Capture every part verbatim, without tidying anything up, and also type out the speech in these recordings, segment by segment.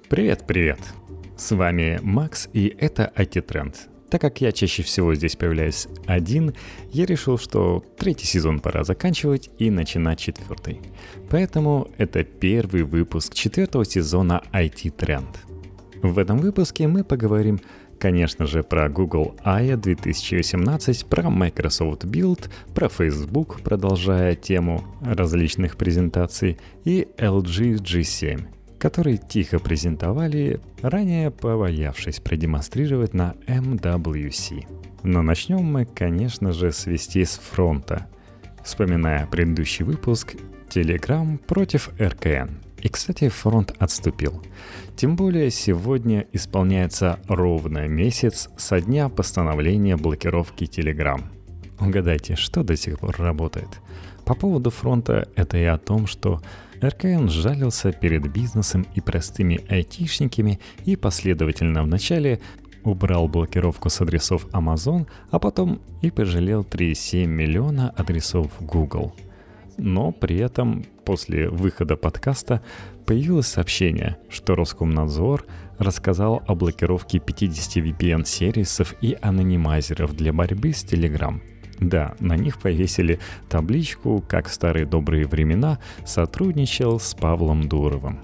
Привет-привет! С вами Макс, и это ай ти-тренд. Так как я чаще всего здесь появляюсь один, я решил, что третий сезон пора заканчивать и начинать четвертый. Поэтому это первый выпуск четвертого сезона ай ти-тренд. В этом выпуске мы поговорим, конечно же, про Google ай и две тысячи восемнадцать, про Microsoft Build, про Facebook, продолжая тему различных презентаций, и эл джи джи семь, которые тихо презентовали, ранее побоявшись продемонстрировать на эм дабл ю си. Но начнем мы, конечно же, с вестей с фронта. Вспоминая предыдущий выпуск, Telegram против эр ка эн. И, кстати, фронт отступил. Тем более сегодня исполняется ровно месяц со дня постановления блокировки Telegram. Угадайте, что до сих пор работает? По поводу фронта это и о том, что эр ка эн жалился перед бизнесом и простыми айтишниками и последовательно вначале убрал блокировку с адресов Amazon, а потом и пожалел три целых семь десятых миллиона адресов Google. Но при этом после выхода подкаста появилось сообщение, что Роскомнадзор рассказал о блокировке пятьдесят ви пи эн-сервисов и анонимайзеров для борьбы с Telegram. Да, на них повесили табличку, как в старые добрые времена сотрудничал с Павлом Дуровым.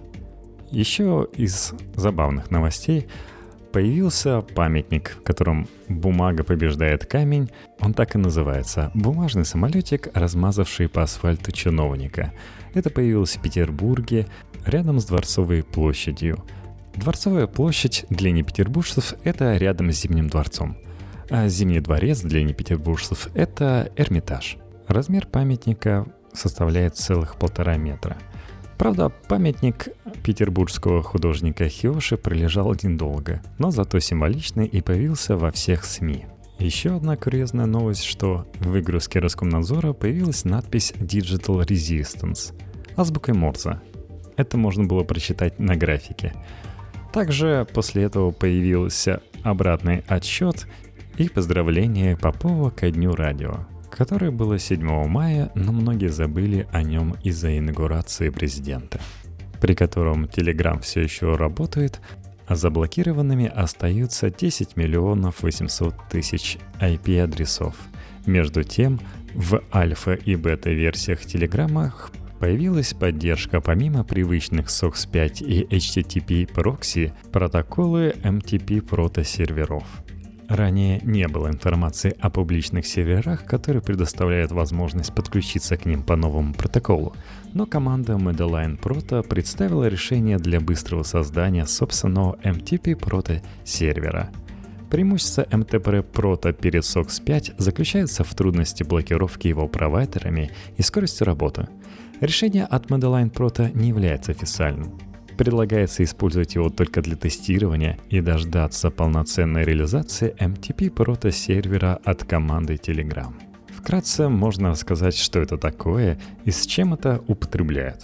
Еще из забавных новостей появился памятник, в котором бумага побеждает камень. Он так и называется – бумажный самолетик, размазавший по асфальту чиновника. Это появилось в Петербурге, рядом с Дворцовой площадью. Дворцовая площадь для непетербуржцев – это рядом с Зимним дворцом. А Зимний дворец для непетербуржцев – это Эрмитаж. Размер памятника составляет целых полтора метра. Правда, памятник петербургского художника Хиоши пролежал недолго, но зато символичный и появился во всех СМИ. Еще одна курьезная новость, что в выгрузке Роскомнадзора появилась надпись Digital Resistance азбукой Морзе. Это можно было прочитать на графике. Также после этого появился обратный отсчет и поздравление Попова ко дню радио, которое было седьмого мая, но многие забыли о нем из-за инаугурации президента, при котором Telegram все еще работает, а заблокированными остаются десять миллионов восемьсот тысяч ай пи-адресов. Между тем, в альфа и бета-версиях Telegram появилась поддержка помимо привычных сокс пять и эйч ти ти пи прокси протоколы эм ти пи протосерверов. Ранее не было информации о публичных серверах, которые предоставляют возможность подключиться к ним по новому протоколу, но команда Medline Proto представила решение для быстрого создания собственного эм ти пи прото-сервера. Преимущество эм ти пи Proto перед сокс пять заключается в трудности блокировки его провайдерами и скорости работы. Решение от Medline Proto не является официальным. Предлагается использовать его только для тестирования и дождаться полноценной реализации эм ти пи прото-сервера от команды Telegram. Вкратце можно рассказать, что это такое и с чем это употребляют.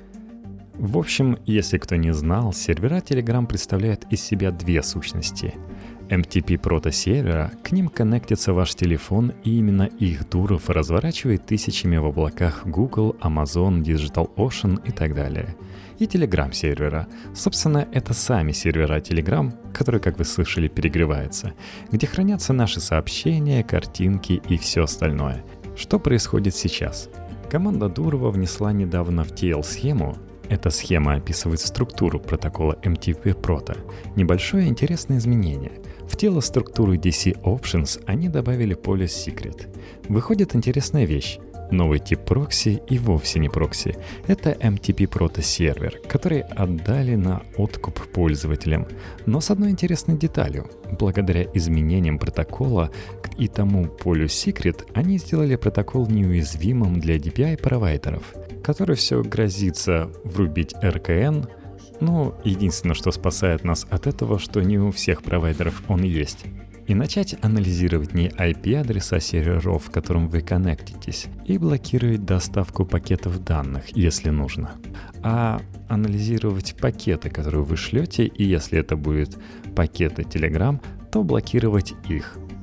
В общем, если кто не знал, сервера Telegram представляют из себя две сущности. эм ти пи прото-сервера, к ним коннектится ваш телефон, и именно их Дуров разворачивает тысячами в облаках Google, Amazon, DigitalOcean и так далее. И Telegram сервера. Собственно, это сами сервера Telegram, которые, как вы слышали, перегреваются, где хранятся наши сообщения, картинки и все остальное. Что происходит сейчас? Команда Дурова внесла недавно в ти эл-схему, эта схема описывает структуру протокола эм ти пи Proto, небольшое интересное изменение. В тело структуры ди си Options они добавили поле Secret. Выходит интересная вещь. Новый тип прокси и вовсе не прокси. Это эм ти пи прото-сервер, который отдали на откуп пользователям. Но с одной интересной деталью. Благодаря изменениям протокола и тому полю Secret, они сделали протокол неуязвимым для ди пи ай-провайдеров, который все грозится врубить эр ка эн. Ну, единственное, что спасает нас от этого, что не у всех провайдеров он есть. И начать анализировать не ай пи-адреса серверов, к которым вы коннектитесь, и блокировать доставку пакетов данных, если нужно, а анализировать пакеты, которые вы шлете, и если это будут пакеты Telegram, то блокировать их.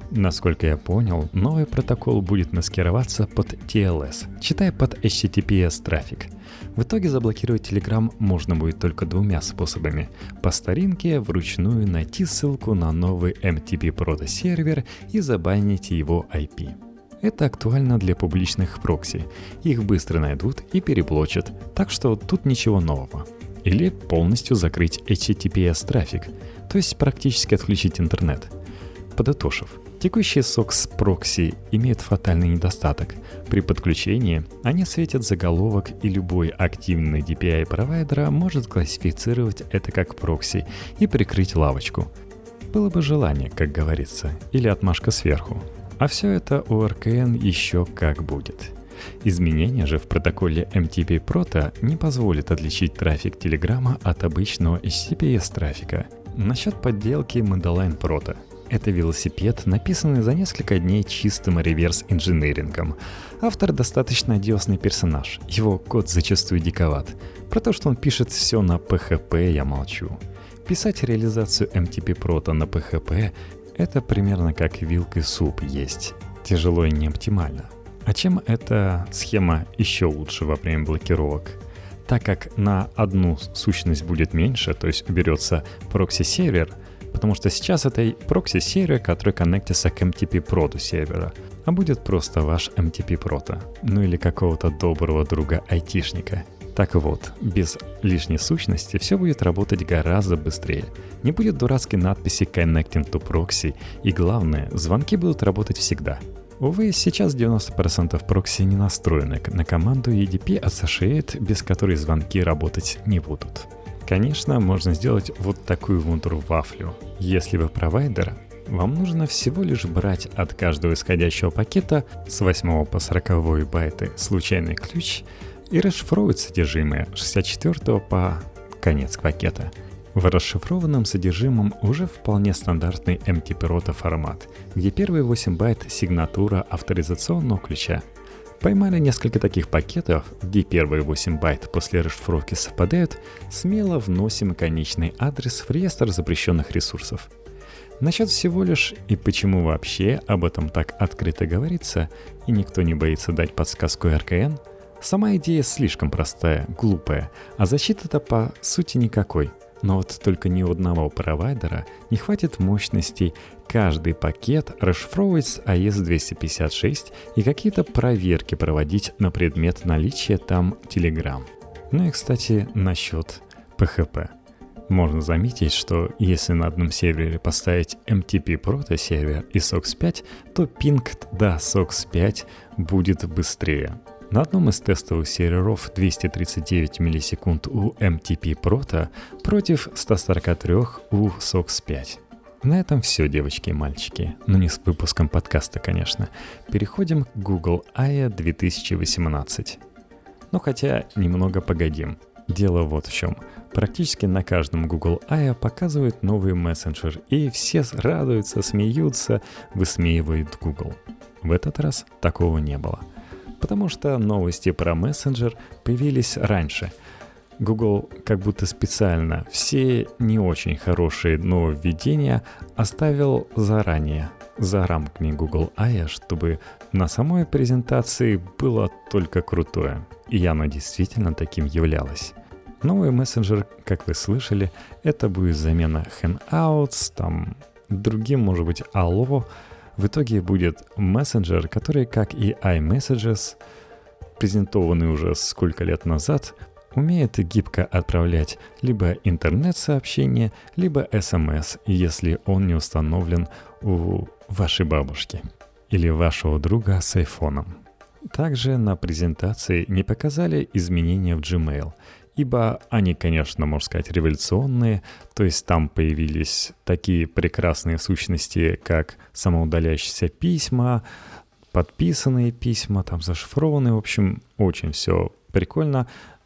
Насколько я понял, новый протокол будет маскироваться под ти эл эс, читай под эйч ти ти пи эс трафик. В итоге заблокировать Telegram можно будет только двумя способами. По старинке вручную найти ссылку на новый эм ти пи Proto сервер и забанить его ай пи. Это актуально для публичных прокси. Их быстро найдут и переблочат, так что тут ничего нового. Или полностью закрыть эйч ти ти пи эс трафик, то есть практически отключить интернет. Подытожив, текущие сокс прокси имеют фатальный недостаток. При подключении они светят заголовок, и любой активный ди пи ай провайдера может классифицировать это как прокси и прикрыть лавочку. Было бы желание, как говорится, или отмашка сверху. А все это у эр ка эн еще как будет. Изменения же в протоколе эм ти пи Proto не позволят отличить трафик Телеграма от обычного эйч ти ти пи эс трафика. Насчет подделки Mandalay Proto. Это велосипед, написанный за несколько дней чистым реверс-инжинирингом. Автор достаточно одиозный персонаж, его код зачастую диковат. Про то, что он пишет все на пи эйч пи, я молчу. Писать реализацию эм ти пи Proto на пи эйч пи — это примерно как вилкой суп есть. Тяжело и не оптимально. А чем эта схема еще лучше во время блокировок? Так как на одну сущность будет меньше, то есть уберется прокси-сервер, потому что сейчас это прокси-сервер, который коннектится к эм ти пи Proto сервера, а будет просто ваш эм ти пи Proto, ну или какого-то доброго друга айтишника. Так вот, без лишней сущности все будет работать гораздо быстрее. Не будет дурацкой надписи «Connecting to Proxy», и главное, звонки будут работать всегда. Увы, сейчас девяносто процентов прокси не настроены на команду и ди пи Associate, без которой звонки работать не будут. Конечно, можно сделать вот такую вундервафлю. Если вы провайдер, вам нужно всего лишь брать от каждого исходящего пакета с восьмого по сороковой байты случайный ключ и расшифровывать содержимое с шестьдесят четвёртого по конец пакета. В расшифрованном содержимом уже вполне стандартный эм ти пи Proto формат, где первые восемь байт — сигнатура авторизационного ключа. Поймали несколько таких пакетов, где первые восемь байт после расшифровки совпадают, смело вносим конечный адрес в реестр запрещенных ресурсов. Насчет всего лишь и почему вообще об этом так открыто говорится, и никто не боится дать подсказку эр ка эн, сама идея слишком простая, глупая, а защиты-то по сути никакой. Но вот только ни у одного провайдера не хватит мощностей каждый пакет расшифровывать с эй и эс двести пятьдесят шесть и какие-то проверки проводить на предмет наличия там Telegram. Ну и, кстати, насчет пи эйч пи. Можно заметить, что если на одном сервере поставить эм ти пи Proto сервер и сокс пять, то пинг до сокс пять будет быстрее. На одном из тестовых серверов двести тридцать девять миллисекунд у эм ти пи Proto против сто сорок три у сокс пять. На этом все, девочки и мальчики. Но не с выпуском подкаста, конечно. Переходим к Google ай эй две тысячи восемнадцать. Ну хотя немного погодим. Дело вот в чем. Практически на каждом Google ай эй показывают новый мессенджер, и все радуются, смеются, высмеивают Google. В этот раз такого не было. Потому что новости про мессенджер появились раньше. Google как будто специально все не очень хорошие нововведения оставил заранее, за рамками Google ай эй, чтобы на самой презентации было только крутое. И оно действительно таким являлось. Новый мессенджер, как вы слышали, это будет замена Hangouts, там другим, может быть, Allo. В итоге будет мессенджер, который, как и iMessages, презентованный уже сколько лет назад, умеет гибко отправлять либо интернет-сообщения, либо эс эм эс, если он не установлен у вашей бабушки или вашего друга с айфоном. Также на презентации не показали изменения в Gmail, ибо они, конечно, можно сказать, революционные, то есть там появились такие прекрасные сущности, как самоудаляющиеся письма, подписанные письма, там зашифрованные, в общем, очень все прикольно,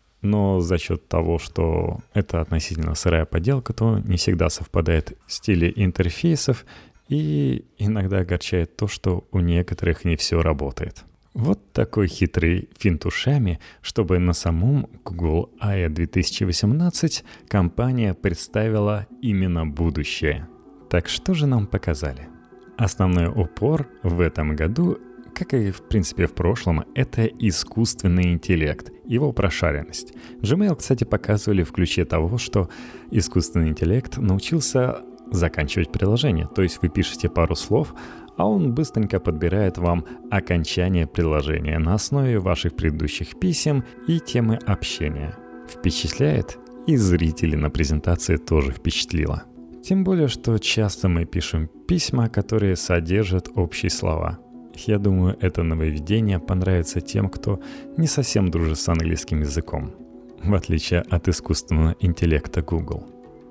но за счет того, что это относительно сырая подделка, то не всегда совпадает в стиле интерфейсов, и иногда огорчает то, что у некоторых не все работает. Вот такой хитрый финт ушами, чтобы на самом Google ай эй две тысячи восемнадцать компания представила именно будущее. Так что же нам показали? Основной упор в этом году, как и в принципе в прошлом, это искусственный интеллект, его прошаренность. Gmail, кстати, показывали в ключе того, что искусственный интеллект научился заканчивать приложение. То есть вы пишете пару слов, а он быстренько подбирает вам окончание приложения на основе ваших предыдущих писем и темы общения. Впечатляет? И зрителей на презентации тоже впечатлило. Тем более, что часто мы пишем письма, которые содержат общие слова. Я думаю, это нововведение понравится тем, кто не совсем дружит с английским языком, в отличие от искусственного интеллекта Google.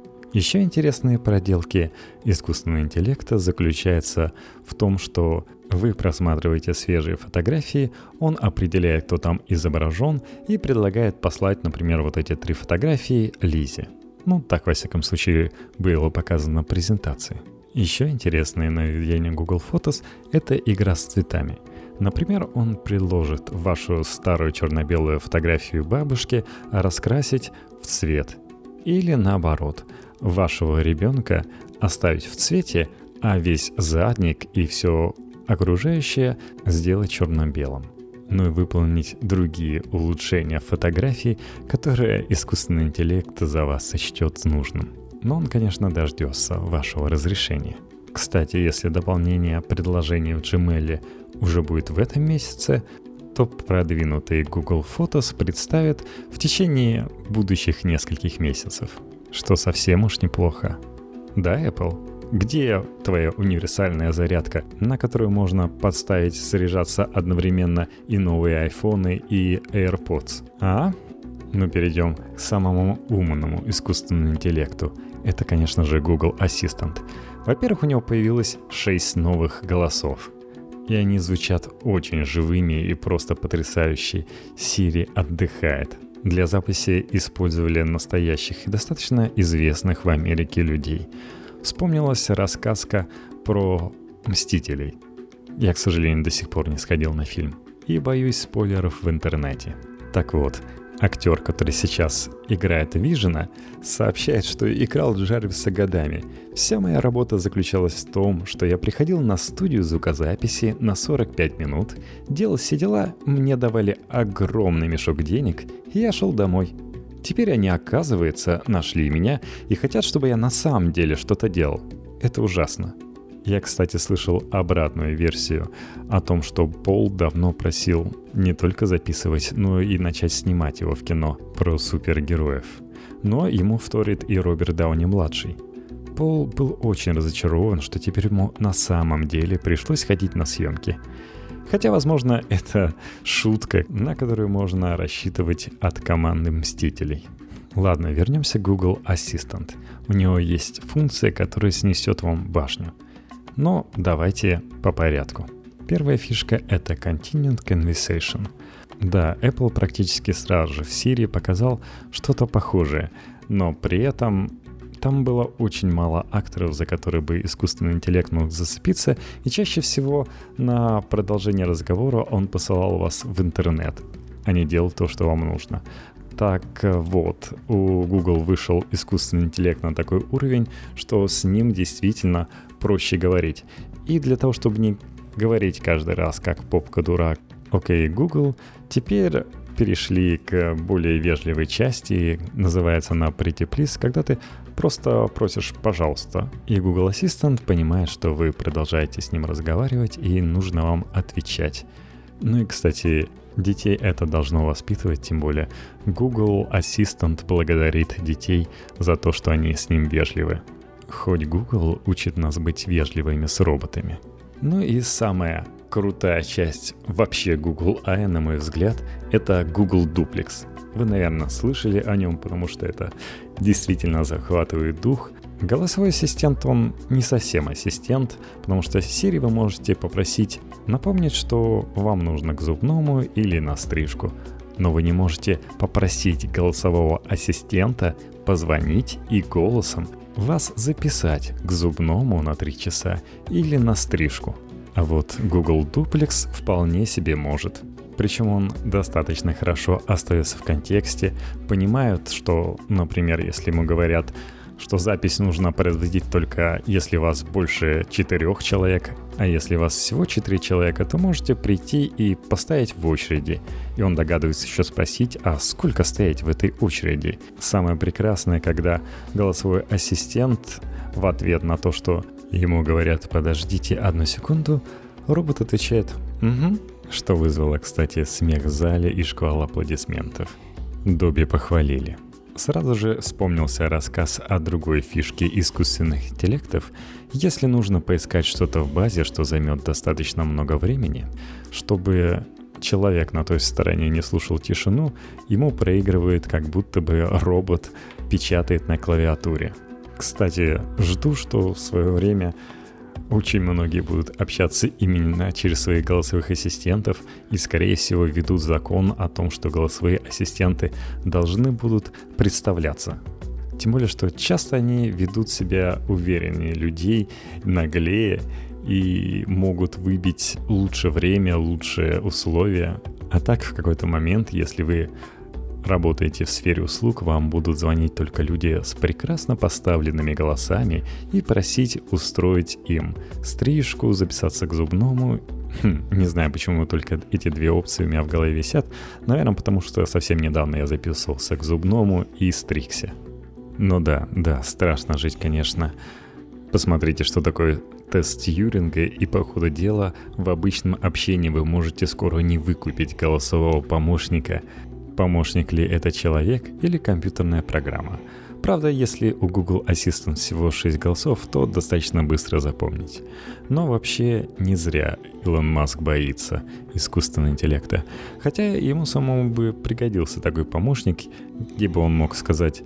Еще интересные проделки искусственного интеллекта заключаются в том, что вы просматриваете свежие фотографии, он определяет, кто там изображен, и предлагает послать, например, вот эти три фотографии Лизе. Ну, так, во всяком случае, было показано на презентации. Еще интересное нововведение Google Photos — это игра с цветами. Например, он предложит вашу старую черно-белую фотографию бабушки раскрасить в цвет. Или наоборот, вашего ребенка оставить в цвете, а весь задник и все окружающее сделать черно-белым. Ну и выполнить другие улучшения фотографий, которые искусственный интеллект за вас сочтет нужным. Но он, конечно, дождется вашего разрешения. Кстати, если дополнение предложений в Gmail уже будет в этом месяце, то продвинутый Google Photos представит в течение будущих нескольких месяцев, что совсем уж неплохо. Да, Apple? Где твоя универсальная зарядка, на которую можно подставить заряжаться одновременно и новые айфоны, и AirPods? А? Ну, перейдем к самому умному искусственному интеллекту. Это, конечно же, Google Assistant. Во-первых, у него появилось шесть новых голосов. И они звучат очень живыми и просто потрясающе. Siri отдыхает. Для записи использовали настоящих и достаточно известных в Америке людей. Вспомнилась рассказка про «Мстителей». Я, к сожалению, до сих пор не сходил на фильм. И боюсь спойлеров в интернете. Так вот, актер, который сейчас играет Вижена, сообщает, что играл Джарвиса годами. Вся моя работа заключалась в том, что я приходил на студию звукозаписи на сорок пять минут, делал все дела, мне давали огромный мешок денег, и я шел домой. Теперь они, оказывается, нашли меня и хотят, чтобы я на самом деле что-то делал. Это ужасно. Я, кстати, слышал обратную версию о том, что Пол давно просил не только записывать, но и начать снимать его в кино про супергероев. Но ему вторит и Роберт Дауни-младший. Пол был очень разочарован, что теперь ему на самом деле пришлось ходить на съемки. Хотя, возможно, это шутка, на которую можно рассчитывать от команды «Мстителей». Ладно, вернемся к Google Assistant. У него есть функция, которая снесет вам башню. Но давайте по порядку. Первая фишка — это Continued Conversation. Да, Apple практически сразу же в Siri показал что-то похожее, но при этом там было очень мало акторов, за которые бы искусственный интеллект мог зацепиться, и чаще всего на продолжение разговора он посылал вас в интернет, а не делал то, что вам нужно. Так вот, у Google вышел искусственный интеллект на такой уровень, что с ним действительно проще говорить. И для того, чтобы не говорить каждый раз как попка-дурак «Окей, Google», теперь перешли к более вежливой части, называется она Pretty Please, когда ты просто просишь «пожалуйста», и Google Assistant понимает, что вы продолжаете с ним разговаривать и нужно вам отвечать. Ну и, кстати, детей это должно воспитывать, тем более Google Assistant благодарит детей за то, что они с ним вежливы. Хоть Google учит нас быть вежливыми с роботами. Ну и самая крутая часть вообще Google эй ай, на мой взгляд, это Google Duplex. Вы, наверное, слышали о нем, потому что это действительно захватывает дух. Голосовой ассистент, он не совсем ассистент, потому что Siri вы можете попросить напомнить, что вам нужно к зубному или на стрижку. Но вы не можете попросить голосового ассистента позвонить и голосом вас записать к зубному на три часа или на стрижку. А вот Google Duplex вполне себе может. Причем он достаточно хорошо остается в контексте, понимают, что, например, если ему говорят, что запись нужно производить только если вас больше четырех человек, а если вас всего четыре человека, то можете прийти и поставить в очереди. И он догадывается еще спросить, а сколько стоять в этой очереди? Самое прекрасное, когда голосовой ассистент в ответ на то, что ему говорят «подождите одну секунду», робот отвечает «угу», что вызвало, кстати, смех в зале и шквал аплодисментов. Добби похвалили. Сразу же вспомнился рассказ о другой фишке искусственных интеллектов. Если нужно поискать что-то в базе, что займет достаточно много времени, чтобы человек на той стороне не слушал тишину, ему проигрывает, как будто бы робот печатает на клавиатуре. Кстати, жду, что в свое время очень многие будут общаться именно через своих голосовых ассистентов и, скорее всего, ведут закон о том, что голосовые ассистенты должны будут представляться. Тем более, что часто они ведут себя увереннее людей, наглее и могут выбить лучше время, лучшие условия. А так, в какой-то момент, если вы работаете в сфере услуг, вам будут звонить только люди с прекрасно поставленными голосами и просить устроить им стрижку, записаться к зубному. Хм, не знаю, почему только эти две опции у меня в голове висят. Наверное, потому что совсем недавно я записывался к зубному и стригся. Ну да, да, страшно жить, конечно. Посмотрите, что такое тест Тьюринга, и по ходу дела в обычном общении вы можете скоро не выкупить голосового помощника. Помощник ли это человек или компьютерная программа? Правда, если у Google Assistant всего шесть голосов, то достаточно быстро запомнить. Но вообще не зря Илон Маск боится искусственного интеллекта. Хотя ему самому бы пригодился такой помощник, где бы он мог сказать: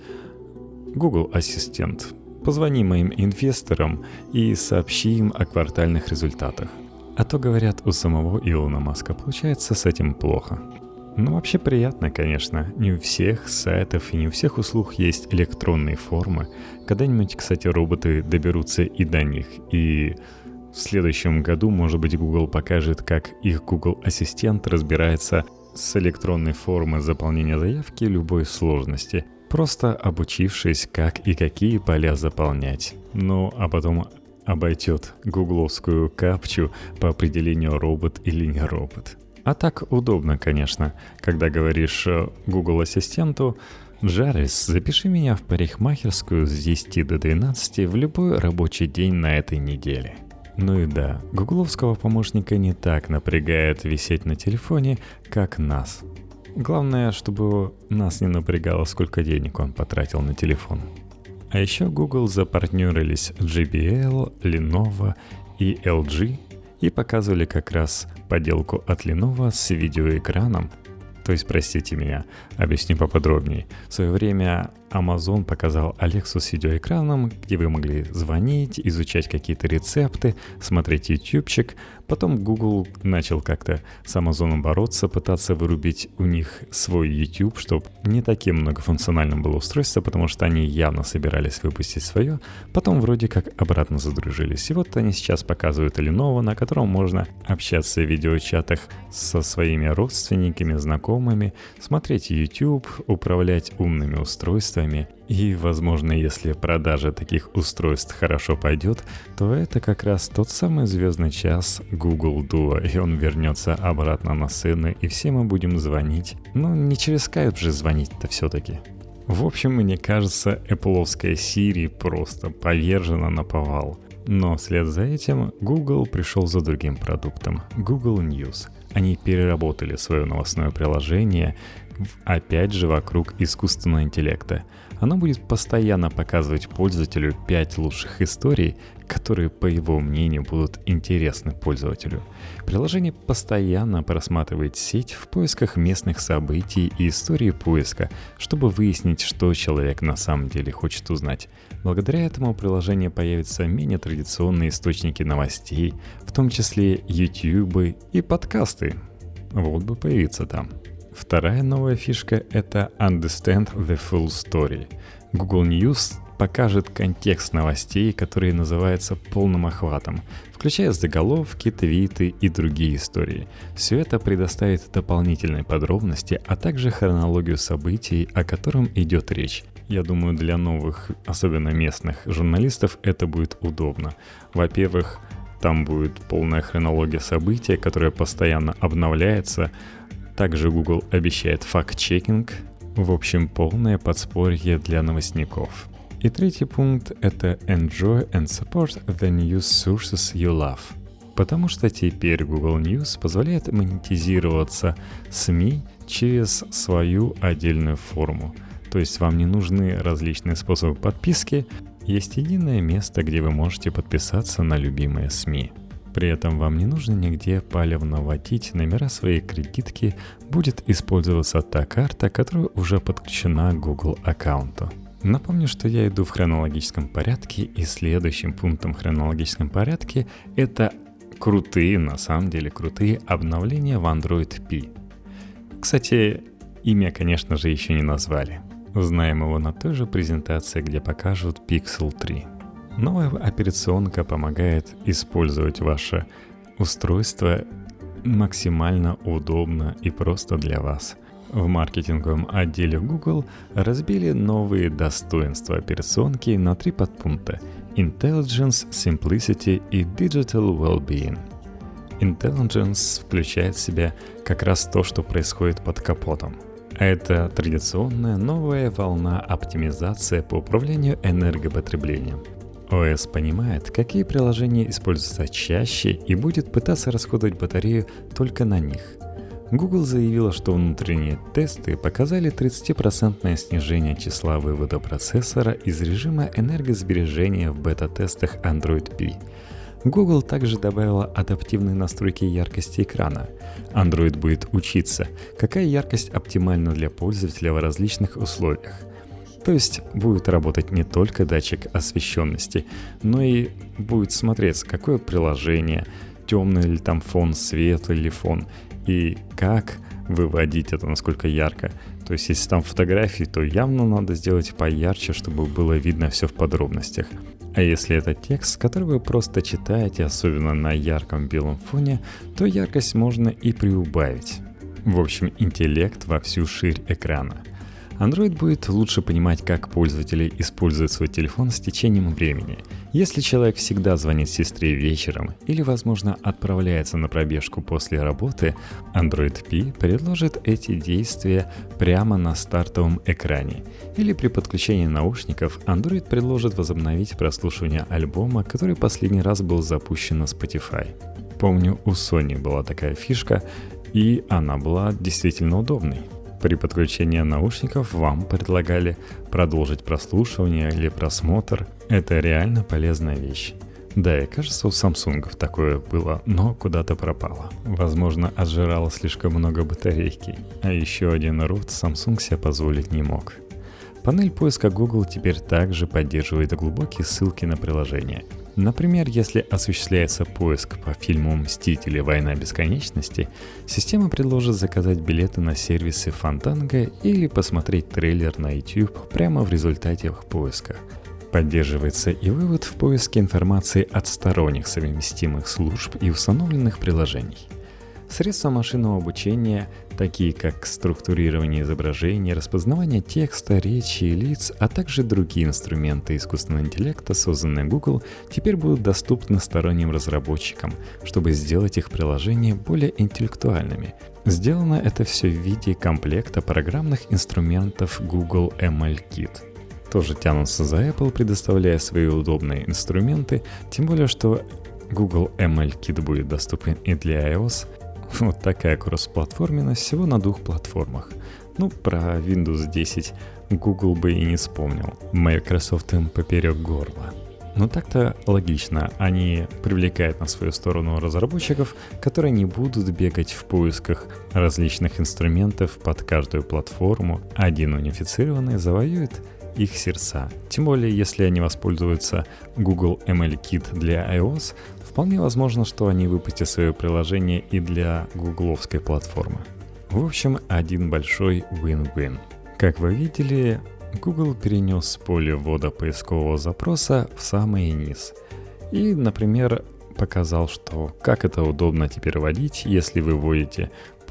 Google Ассистент, позвони моим инвесторам и сообщи им о квартальных результатах. А то, говорят, у самого Илона Маска получается с этим плохо. Ну, вообще приятно, конечно. Не у всех сайтов и не у всех услуг есть электронные формы. Когда-нибудь, кстати, роботы доберутся и до них. И в следующем году, может быть, Google покажет, как их Google Ассистент разбирается с электронной формой заполнения заявки любой сложности, просто обучившись, как и какие поля заполнять. Ну, а потом обойдет гугловскую капчу по определению, робот или не робот. А так удобно, конечно, когда говоришь Google Ассистенту: «Джарвис, запиши меня в парикмахерскую с десяти до двенадцати в любой рабочий день на этой неделе». Ну и да, гугловского помощника не так напрягает висеть на телефоне, как нас. Главное, чтобы нас не напрягало, сколько денег он потратил на телефон. А еще Google запартнерились джей би эл, Lenovo и эл джи и показывали как раз поделку от Lenovo с видеоэкраном. То есть, простите меня, объясню поподробнее. В свое время Amazon показал Алексу с видеоэкраном, где вы могли звонить, изучать какие-то рецепты, смотреть ютубчик. Потом Google начал как-то с Amazon бороться, пытаться вырубить у них свой YouTube, чтобы не таким многофункциональным было устройство, потому что они явно собирались выпустить свое. Потом вроде как обратно задружились. И вот они сейчас показывают Lenovo, на котором можно общаться в видеочатах со своими родственниками, знакомыми, смотреть YouTube, управлять умными устройствами. И, возможно, если продажа таких устройств хорошо пойдет, то это как раз тот самый звездный час Google Duo, и он вернется обратно на сцену, и все мы будем звонить. Но не через Skype же звонить-то все-таки. В общем, мне кажется, Apple'овская Siri просто повержена на повал. Но вслед за этим Google пришел за другим продуктом – Google News. Они переработали свое новостное приложение, опять же вокруг искусственного интеллекта. Оно будет постоянно показывать пользователю пять лучших историй, которые, по его мнению, будут интересны пользователю. Приложение постоянно просматривает сеть в поисках местных событий и истории поиска, чтобы выяснить, что человек на самом деле хочет узнать. Благодаря этому у приложения появятся менее традиционные источники новостей, в том числе YouTube и подкасты. Вот бы появиться там. Вторая новая фишка — это Understand the Full Story. Google News покажет контекст новостей, который называется полным охватом, включая заголовки, твиты и другие истории. Все это предоставит дополнительные подробности, а также хронологию событий, о котором идет речь. Я думаю, для новых, особенно местных журналистов, это будет удобно. Во-первых, там будет полная хронология событий, которая постоянно обновляется. Также Google обещает факт-чекинг. В общем, полное подспорье для новостников. И третий пункт — это Enjoy and support the news sources you love. Потому что теперь Google News позволяет монетизироваться СМИ через свою отдельную форму. То есть вам не нужны различные способы подписки, есть единое место, где вы можете подписаться на любимые СМИ. При этом вам не нужно нигде палевно вводить номера своей кредитки, будет использоваться та карта, которая уже подключена к Google аккаунту. Напомню, что я иду в хронологическом порядке, и следующим пунктом в хронологическом порядке это крутые, на самом деле крутые обновления в Android P. Кстати, имя, конечно же, еще не назвали. Узнаем его на той же презентации, где покажут Pixel три. Новая операционка помогает использовать ваше устройство максимально удобно и просто для вас. В маркетинговом отделе Google разбили новые достоинства операционки на три подпункта: Intelligence, Simplicity и Digital Wellbeing. Intelligence включает в себя как раз то, что происходит под капотом. Это традиционная новая волна оптимизации по управлению энергопотреблением. о эс понимает, какие приложения используются чаще и будет пытаться расходовать батарею только на них. Google заявила, что внутренние тесты показали тридцатипроцентное снижение числа вывода процессора из режима энергосбережения в бета-тестах Android P. Google также добавила адаптивные настройки яркости экрана. Android будет учиться, какая яркость оптимальна для пользователя в различных условиях. То есть будет работать не только датчик освещенности, но и будет смотреться, какое приложение, темный ли там фон, светлый ли фон, и как выводить это, насколько ярко. То есть если там фотографии, то явно надо сделать поярче, чтобы было видно все в подробностях. А если это текст, который вы просто читаете, особенно на ярком белом фоне, то яркость можно и приубавить. В общем, интеллект во всю ширь экрана. Android будет лучше понимать, как пользователи используют свой телефон с течением времени. Если человек всегда звонит сестре вечером или, возможно, отправляется на пробежку после работы, Android P предложит эти действия прямо на стартовом экране. Или при подключении наушников Android предложит возобновить прослушивание альбома, который последний раз был запущен на Spotify. Помню, у Sony была такая фишка, и она была действительно удобной. При подключении наушников вам предлагали продолжить прослушивание или просмотр. Это реально полезная вещь. Да, и кажется, у Samsung такое было, но куда-то пропало. Возможно, отжирало слишком много батарейки. А еще один рот Samsung себе позволить не мог. Панель поиска Google теперь также поддерживает глубокие ссылки на приложения. Например, если осуществляется поиск по фильму «Мстители. Война бесконечности», система предложит заказать билеты на сервисы Fandango или посмотреть трейлер на YouTube прямо в результате поиска. Поддерживается и вывод в поиске информации от сторонних совместимых служб и установленных приложений. Средства машинного обучения, такие как структурирование изображений, распознавание текста, речи и лиц, а также другие инструменты искусственного интеллекта, созданные Google, теперь будут доступны сторонним разработчикам, чтобы сделать их приложения более интеллектуальными. Сделано это все в виде комплекта программных инструментов Google эм эл Kit. Тоже тянутся за Apple, предоставляя свои удобные инструменты, тем более что Google эм эл Kit будет доступен и для iOS. Вот такая кроссплатформенность всего на двух платформах. Ну, про Windows десять Google бы и не вспомнил. Microsoft им поперек горла. Но так-то логично. Они привлекают на свою сторону разработчиков, которые не будут бегать в поисках различных инструментов под каждую платформу. Один унифицированный завоюет их сердца. Тем более, если они воспользуются Google эм эл Kit для iOS, вполне возможно, что они выпустят свое приложение и для гугловской платформы. В общем, один большой win-win. Как вы видели, Google перенес поле ввода поискового запроса в самый низ. И, например, показал, что как это удобно теперь вводить, если вы вводите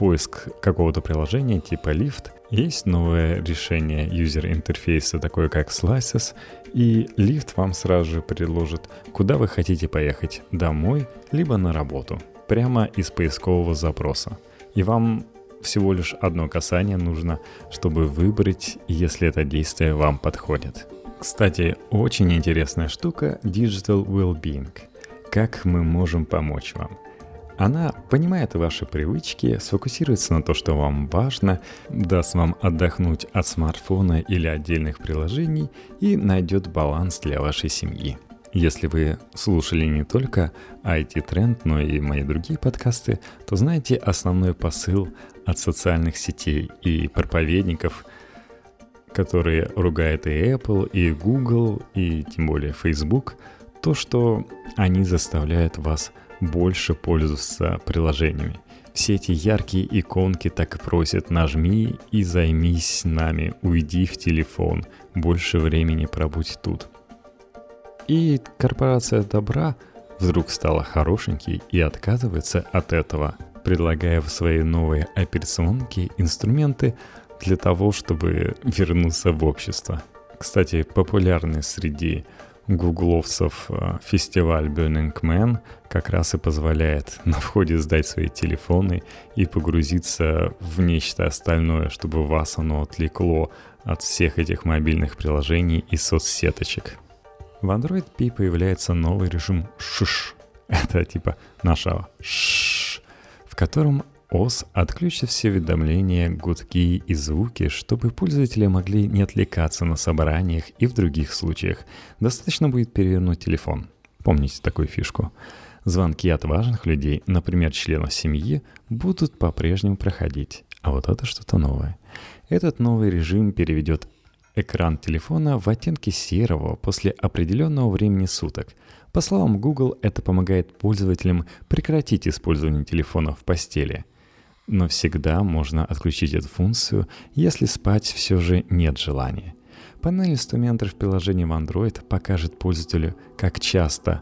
поиск какого-то приложения типа Lyft. Есть новое решение юзер-интерфейса, такое как Slices, и Lyft вам сразу же предложит, куда вы хотите поехать, домой, либо на работу, прямо из поискового запроса. И вам всего лишь одно касание нужно, чтобы выбрать, если это действие вам подходит. Кстати, очень интересная штука Digital Wellbeing. Как мы можем помочь вам? Она понимает ваши привычки, сфокусируется на то, что вам важно, даст вам отдохнуть от смартфона или отдельных приложений и найдет баланс для вашей семьи. Если вы слушали не только ай ти-тренд, но и мои другие подкасты, то знаете основной посыл от социальных сетей и проповедников, которые ругают и Apple, и Google, и тем более Facebook, то, что они заставляют вас больше пользоваться приложениями. Все эти яркие иконки так и просят: нажми и займись нами, уйди в телефон, больше времени пробудь тут. И корпорация добра вдруг стала хорошенькой и отказывается от этого, предлагая в своей новой операционке инструменты для того, чтобы вернуться в общество. Кстати, популярный среди гугловцев фестиваль Burning Man как раз и позволяет на входе сдать свои телефоны и погрузиться в нечто остальное, чтобы вас оно отвлекло от всех этих мобильных приложений и соцсеточек. В Android P появляется новый режим «шш». Это типа нашего «шш», в котором о эс отключит все уведомления, гудки и звуки, чтобы пользователи могли не отвлекаться на собраниях и в других случаях. Достаточно будет перевернуть телефон. Помните такую фишку? Звонки от важных людей, например, членов семьи, будут по-прежнему проходить. А вот это что-то новое. Этот новый режим переведет экран телефона в оттенки серого после определенного времени суток. По словам Google, это помогает пользователям прекратить использование телефона в постели. Но всегда можно отключить эту функцию, если спать все же нет желания. Панель инструментов в приложении в Android покажет пользователю, как часто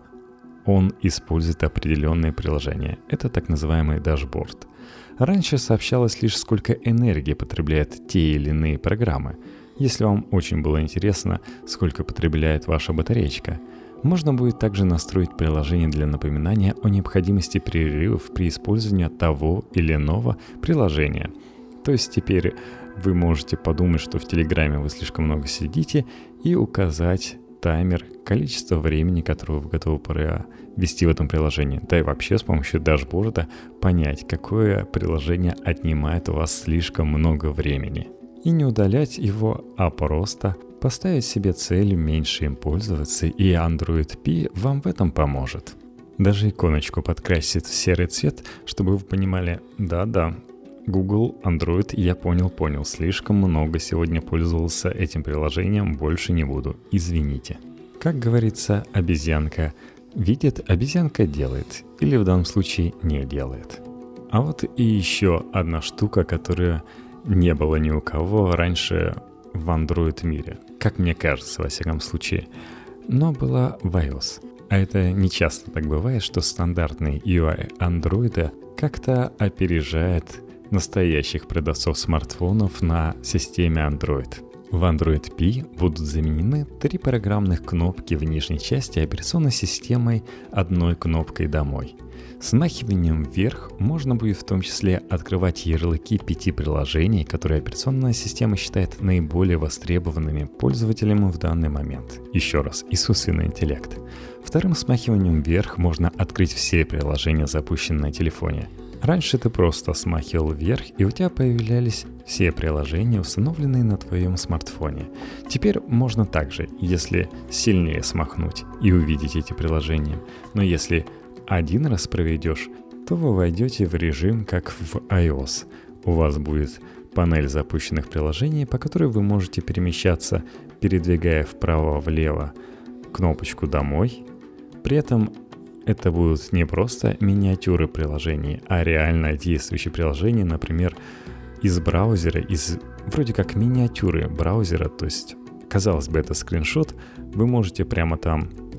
он использует определенные приложения. Это так называемый дашборд. Раньше сообщалось лишь, сколько энергии потребляют те или иные программы. Если вам очень было интересно, сколько потребляет ваша батареечка, можно будет также настроить приложение для напоминания о необходимости перерывов при использовании того или иного приложения. То есть теперь вы можете подумать, что в Телеграме вы слишком много сидите, и указать таймер, количество времени, которое вы готовы провести в этом приложении. Да и вообще с помощью дашборда понять, какое приложение отнимает у вас слишком много времени. И не удалять его, а просто поставить себе цель меньше им пользоваться, и Android P вам в этом поможет. Даже иконочку подкрасит в серый цвет, чтобы вы понимали: да-да, Google, Android, я понял-понял, слишком много сегодня пользовался этим приложением, больше не буду, извините. Как говорится, обезьянка видит, обезьянка делает, или в данном случае не делает. А вот и еще одна штука, которая не было ни у кого раньше в Android мире, как мне кажется, во всяком случае, но была в iOS. А это не часто так бывает, что стандартный ю ай Android как-то опережает настоящих продавцов смартфонов на системе Android. В Android P будут заменены три программных кнопки в нижней части операционной системой одной кнопкой «Домой». Смахиванием вверх можно будет в том числе открывать ярлыки пяти приложений, которые операционная система считает наиболее востребованными пользователями в данный момент. Еще раз, искусственный интеллект. Вторым смахиванием вверх можно открыть все приложения, запущенные на телефоне. Раньше ты просто смахивал вверх, и у тебя появлялись все приложения, установленные на твоем смартфоне. Теперь можно также, если сильнее смахнуть и увидеть эти приложения. Но если один раз проведешь, то вы войдете в режим, как в iOS. У вас будет панель запущенных приложений, по которой вы можете перемещаться, передвигая вправо-влево кнопочку «Домой». При этом это будут не просто миниатюры приложений, а реально действующие приложения, например, из браузера, из вроде как миниатюры браузера, то есть, казалось бы, это скриншот, вы можете прямо там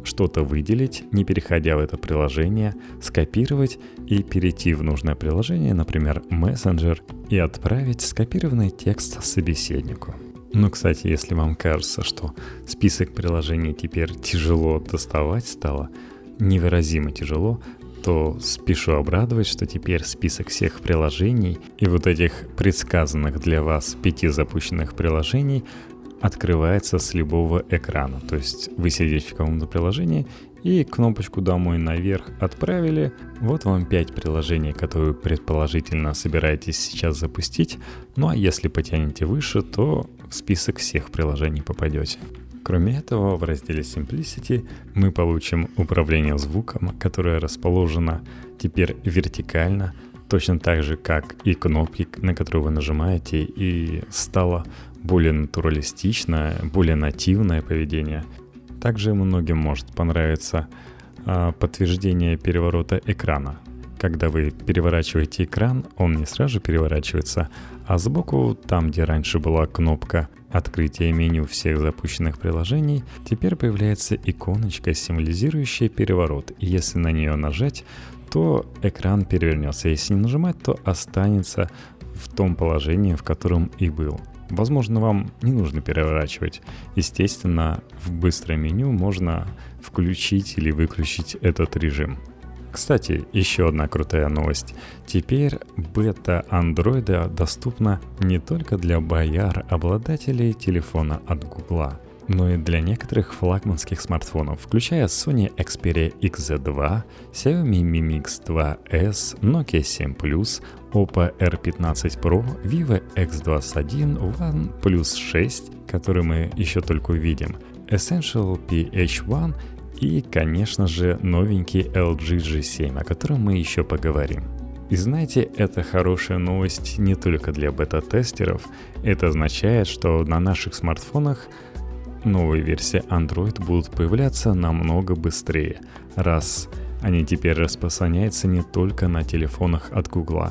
что-то выделить, не переходя в это приложение, скопировать и перейти в нужное приложение, например, Messenger, и отправить скопированный текст собеседнику. Ну, кстати, если вам кажется, что список приложений теперь тяжело доставать стало, невыразимо тяжело, то спешу обрадовать, что теперь список всех приложений и вот этих предсказанных для вас пяти запущенных приложений открывается с любого экрана. То есть вы сидите в каком-то приложении и кнопочку «Домой» наверх отправили. Вот вам пять приложений, которые предположительно собираетесь сейчас запустить. Ну а если потянете выше, то в список всех приложений попадете. Кроме этого, в разделе Simplicity мы получим управление звуком, которое расположено теперь вертикально, точно так же, как и кнопки, на которые вы нажимаете, и стало более натуралистичное, более нативное поведение. Также многим может понравиться а, подтверждение переворота экрана. Когда вы переворачиваете экран, он не сразу переворачивается, а сбоку, там, где раньше была кнопка открытия меню всех запущенных приложений, теперь появляется иконочка, символизирующая переворот. И если на нее нажать, то экран перевернется. Если не нажимать, то останется в том положении, в котором и был. Возможно, вам не нужно переворачивать. Естественно, в быстрое меню можно включить или выключить этот режим. Кстати, еще одна крутая новость. Теперь бета Android доступна не только для бояр, обладателей телефона от Google, но и для некоторых флагманских смартфонов, включая Sony Xperia икс зет два, Xiaomi Mi Mix два эс, Nokia семь плюс, Oppo эр пятнадцать про, Vivo икс двадцать один, OnePlus шесть, который мы еще только увидим, Essential пи эйч один и, конечно же, новенький эл джи джи семь, о котором мы еще поговорим. И знаете, это хорошая новость не только для бета-тестеров. Это означает, что на наших смартфонах новые версии Android будут появляться намного быстрее, раз они теперь распространяются не только на телефонах от Google.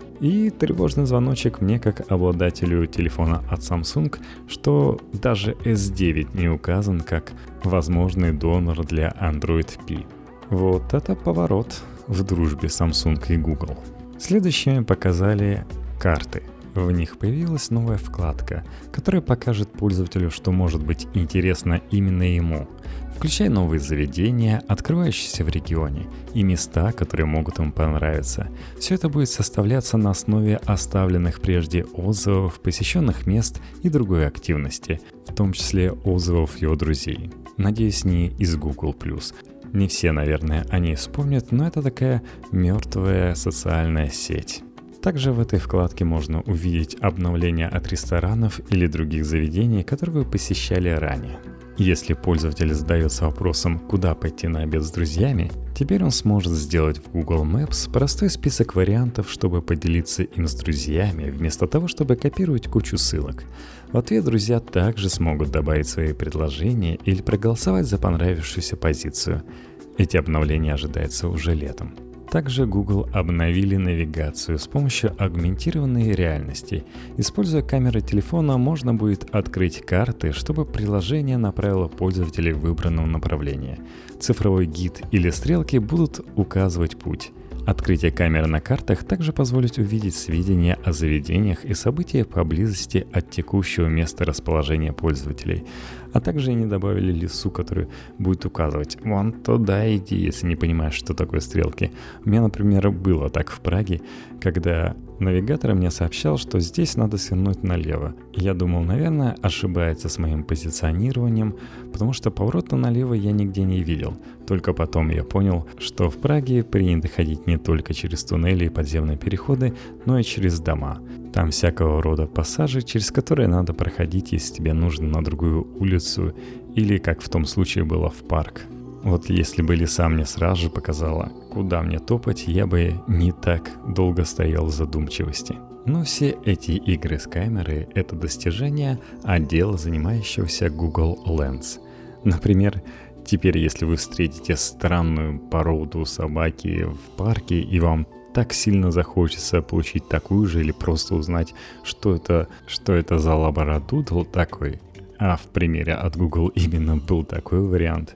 И тревожный звоночек мне как обладателю телефона от Samsung, что даже эс девять не указан как возможный донор для Android P. Вот это поворот в дружбе Samsung и Google. Следующими показали карты. В них появилась новая вкладка, которая покажет пользователю, что может быть интересно именно ему, включая новые заведения, открывающиеся в регионе, и места, которые могут ему понравиться. Все это будет составляться на основе оставленных прежде отзывов, посещенных мест и другой активности, в том числе отзывов его друзей. Надеюсь, не из Google+. Не все, наверное, о ней вспомнят, но это такая мертвая социальная сеть. Также в этой вкладке можно увидеть обновления от ресторанов или других заведений, которые вы посещали ранее. Если пользователь задается вопросом, куда пойти на обед с друзьями, теперь он сможет сделать в Google Maps простой список вариантов, чтобы поделиться им с друзьями, вместо того, чтобы копировать кучу ссылок. В ответ друзья также смогут добавить свои предложения или проголосовать за понравившуюся позицию. Эти обновления ожидаются уже летом. Также Google обновили навигацию с помощью агментированной реальности. Используя камеры телефона, можно будет открыть карты, чтобы приложение направило пользователей в выбранном направлении. Цифровой гид или стрелки будут указывать путь. Открытие камеры на картах также позволит увидеть сведения о заведениях и событиях поблизости от текущего места расположения пользователей. А также они добавили лесу, который будет указывать «вон туда иди», если не понимаешь, что такое стрелки. У меня, например, было так в Праге, когда навигатор мне сообщал, что здесь надо свернуть налево. Я думал, наверное, ошибается с моим позиционированием, потому что поворота налево я нигде не видел. Только потом я понял, что в Праге принято ходить не только через туннели и подземные переходы, но и через дома. Там всякого рода пассажи, через которые надо проходить, если тебе нужно на другую улицу, или, как в том случае было, в парк. Вот если бы лиса мне сразу же показала, куда мне топать, я бы не так долго стоял в задумчивости. Но все эти игры с камерой — это достижение отдела, занимающегося Google Lens. Например, теперь, если вы встретите странную породу собаки в парке, и вам так сильно захочется получить такую же или просто узнать, что это, что это за лабрадудл такой, а в примере от Google именно был такой вариант,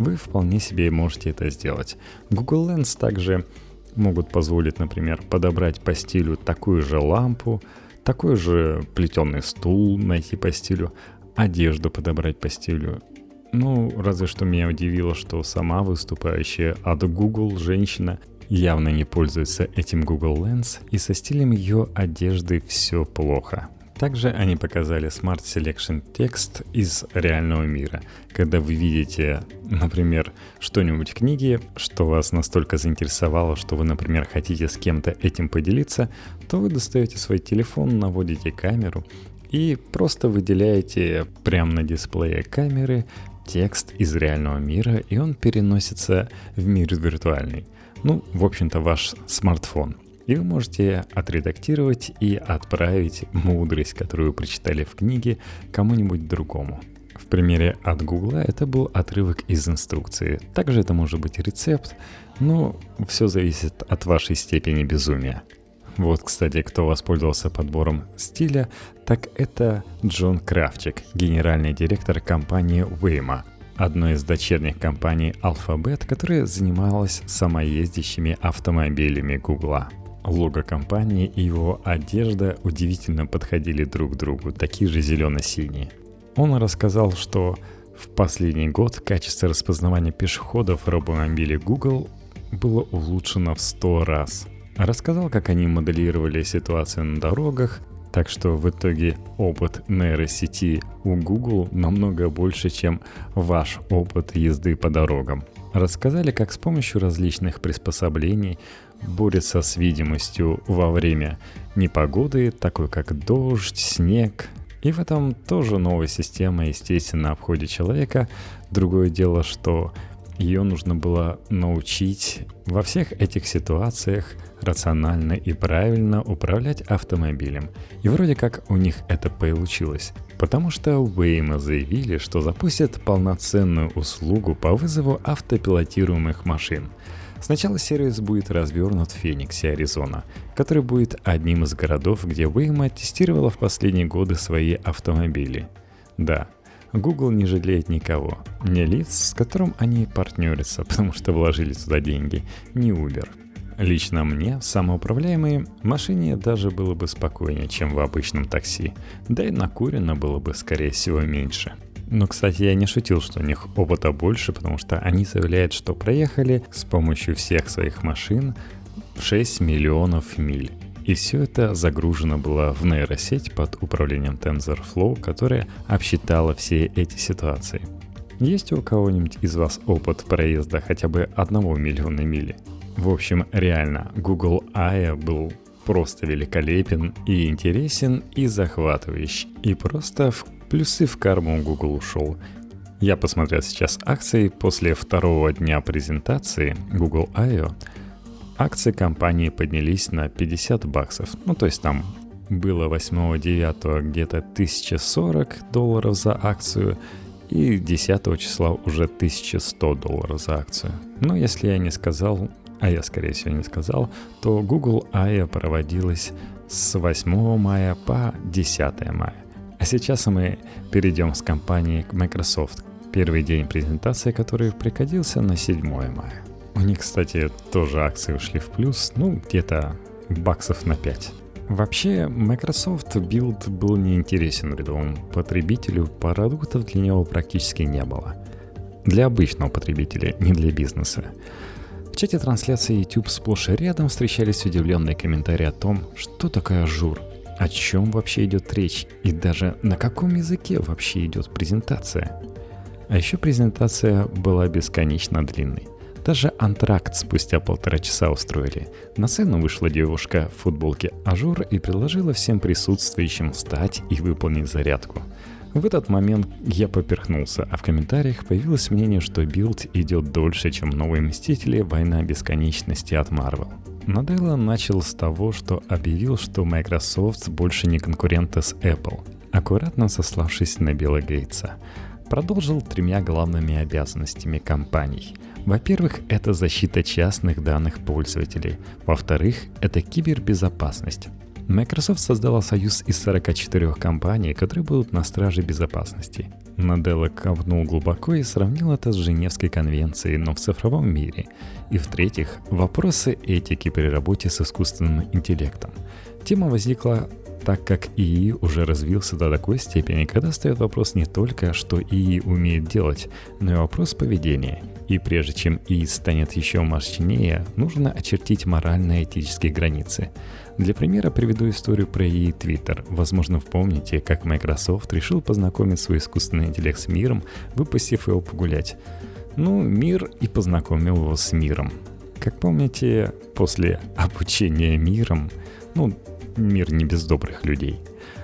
вы вполне себе можете это сделать. Google Lens также могут позволить, например, подобрать по стилю такую же лампу, такой же плетеный стул найти по стилю, одежду подобрать по стилю. Ну, разве что меня удивило, что сама выступающая от Google женщина явно не пользуется этим Google Lens, и со стилем ее одежды все плохо. Также они показали Smart Selection текст из реального мира. Когда вы видите, например, что-нибудь в книге, что вас настолько заинтересовало, что вы, например, хотите с кем-то этим поделиться, то вы достаете свой телефон, наводите камеру и просто выделяете прямо на дисплее камеры текст из реального мира, и он переносится в мир виртуальный. Ну, в общем-то, ваш смартфон. И вы можете отредактировать и отправить мудрость, которую вы прочитали в книге, кому-нибудь другому. В примере от Гугла это был отрывок из инструкции. Также это может быть рецепт, но все зависит от вашей степени безумия. Вот, кстати, кто воспользовался подбором стиля, так это Джон Кравчик, генеральный директор компании Waymo, одной из дочерних компаний Alphabet, которая занималась самоездящими автомобилями Гугла. Лого компании и его одежда удивительно подходили друг к другу, такие же зелено-синие. Он рассказал, что в последний год качество распознавания пешеходов в робомобиле Google было улучшено в сто раз. Рассказал, как они моделировали ситуацию на дорогах, так что в итоге опыт нейросети у Google намного больше, чем ваш опыт езды по дорогам. Рассказали, как с помощью различных приспособлений борется с видимостью во время непогоды, такой как дождь, снег. И в этом тоже новая система, естественно, обходит человека. Другое дело, что ее нужно было научить во всех этих ситуациях рационально и правильно управлять автомобилем. И вроде как у них это получилось. Потому что Waymo заявили, что запустят полноценную услугу по вызову автопилотируемых машин. Сначала сервис будет развернут в Фениксе, Аризона, который будет одним из городов, где Waymo тестировала в последние годы свои автомобили. Да, Google не жалеет никого, ни лиц, с которым они партнерятся, потому что вложили туда деньги, ни Uber. Лично мне в самоуправляемой машине даже было бы спокойнее, чем в обычном такси, да и накурено было бы, скорее всего, меньше. Но, кстати, я не шутил, что у них опыта больше, потому что они заявляют, что проехали с помощью всех своих машин шесть миллионов миль. И все это загружено было в нейросеть под управлением TensorFlow, которая обсчитала все эти ситуации. Есть у кого-нибудь из вас опыт проезда хотя бы одного миллиона мили? В общем, реально, Google эй ай был просто великолепен и интересен, и захватывающий. И просто в плюсы в карму Google ушел. Я посмотрел сейчас акции после второго дня презентации Google ай о. Акции компании поднялись на пятьдесят баксов. Ну, то есть там было восьмого девятого где-то тысяча сорок долларов за акцию, и десятого числа уже тысяча сто долларов за акцию. Но если я не сказал, а я, скорее всего, не сказал, то Google ай о проводилась с восьмого мая по десятого мая. А сейчас мы перейдем с компанией к Microsoft. Первый день презентации, который приходился на седьмого мая. У них, кстати, тоже акции ушли в плюс, ну, где-то баксов на пять. Вообще, Microsoft Build был неинтересен рядовому потребителю, продуктов для него практически не было. Для обычного потребителя, не для бизнеса. В чате трансляции YouTube сплошь и рядом встречались удивленные комментарии о том, что такое ажур, о чем вообще идет речь и даже на каком языке вообще идет презентация. А еще презентация была бесконечно длинной. Даже антракт спустя полтора часа устроили. На сцену вышла девушка в футболке ажур и предложила всем присутствующим встать и выполнить зарядку. В этот момент я поперхнулся, а в комментариях появилось мнение, что билд идет дольше, чем «Новые Мстители. Война бесконечности» от Marvel. Наделла начал с того, что объявил, что Microsoft больше не конкуренты с Apple, аккуратно сославшись на Билла Гейтса. Продолжил тремя главными обязанностями компаний. Во-первых, это защита частных данных пользователей. Во-вторых, это кибербезопасность. Microsoft создала союз из сорока четырёх компаний, которые будут на страже безопасности. Наделла копнул глубоко и сравнил это с Женевской конвенцией, но в цифровом мире. И в-третьих, вопросы этики при работе с искусственным интеллектом. Тема возникла так как ИИ уже развился до такой степени, когда встает вопрос не только, что ИИ умеет делать, но и вопрос поведения. И прежде чем ИИ станет еще мощнее, нужно очертить морально-этические границы. Для примера приведу историю про ИИ Twitter. Возможно, вы помните, как Microsoft решил познакомить свой искусственный интеллект с миром, выпустив его погулять. Ну, мир и познакомил его с миром. Как помните, после обучения миром, ну, мир не без добрых людей.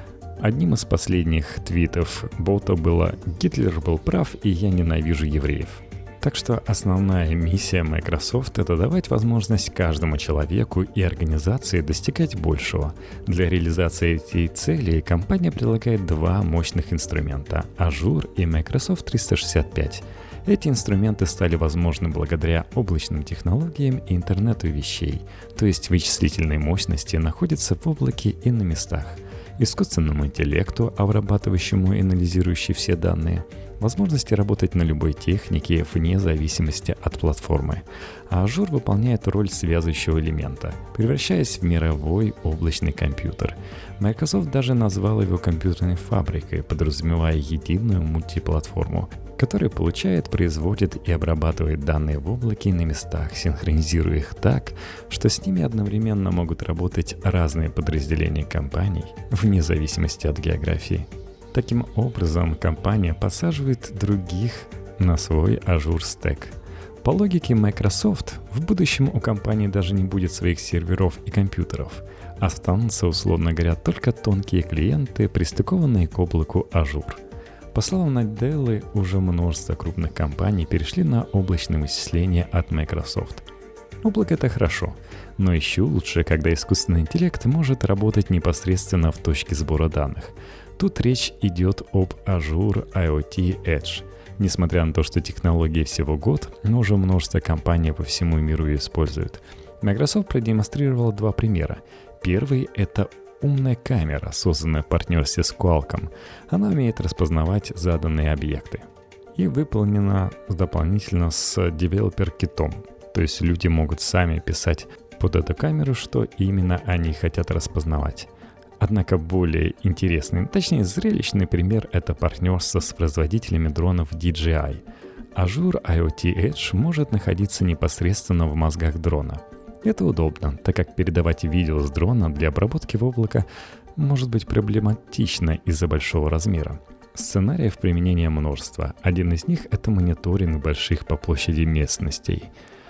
Одним из последних твитов бота было «Гитлер был прав, и я ненавижу евреев». Так что основная миссия Microsoft — это давать возможность каждому человеку и организации достигать большего. Для реализации этой цели компания предлагает два мощных инструмента — Azure и Microsoft триста шестьдесят пять. Эти инструменты стали возможны благодаря облачным технологиям и интернету вещей, то есть вычислительные мощности находятся в облаке и на местах, искусственному интеллекту, обрабатывающему и анализирующему все данные, возможности работать на любой технике вне зависимости от платформы. А Azure выполняет роль связующего элемента, превращаясь в мировой облачный компьютер. Microsoft даже назвал его компьютерной фабрикой, подразумевая единую мультиплатформу, которая получает, производит и обрабатывает данные в облаке и на местах, синхронизируя их так, что с ними одновременно могут работать разные подразделения компаний, вне зависимости от географии. Таким образом, компания подсаживает других на свой Azure Stack. По логике Microsoft, в будущем у компании даже не будет своих серверов и компьютеров. Останутся, условно говоря, только тонкие клиенты, пристыкованные к облаку Azure. По словам Наделлы, уже множество крупных компаний перешли на облачное вычисление от Microsoft. Облако — это хорошо, но еще лучше, когда искусственный интеллект может работать непосредственно в точке сбора данных. Тут речь идет об Azure IoT Edge. Несмотря на то, что технологии всего год, но уже множество компаний по всему миру ее используют. Microsoft продемонстрировала два примера. Первый — это умная камера, созданная в партнерстве с Qualcomm. Она умеет распознавать заданные объекты. И выполнена дополнительно с девелопер-китом. То есть люди могут сами писать под эту камеру, что именно они хотят распознавать. Однако более интересный, точнее зрелищный пример — это партнерство с производителями дронов ди джей ай. Azure IoT Edge может находиться непосредственно в мозгах дрона. Это удобно, так как передавать видео с дрона для обработки в облако может быть проблематично из-за большого размера. Сценариев применения множество. Один из них — это мониторинг больших по площади местностей.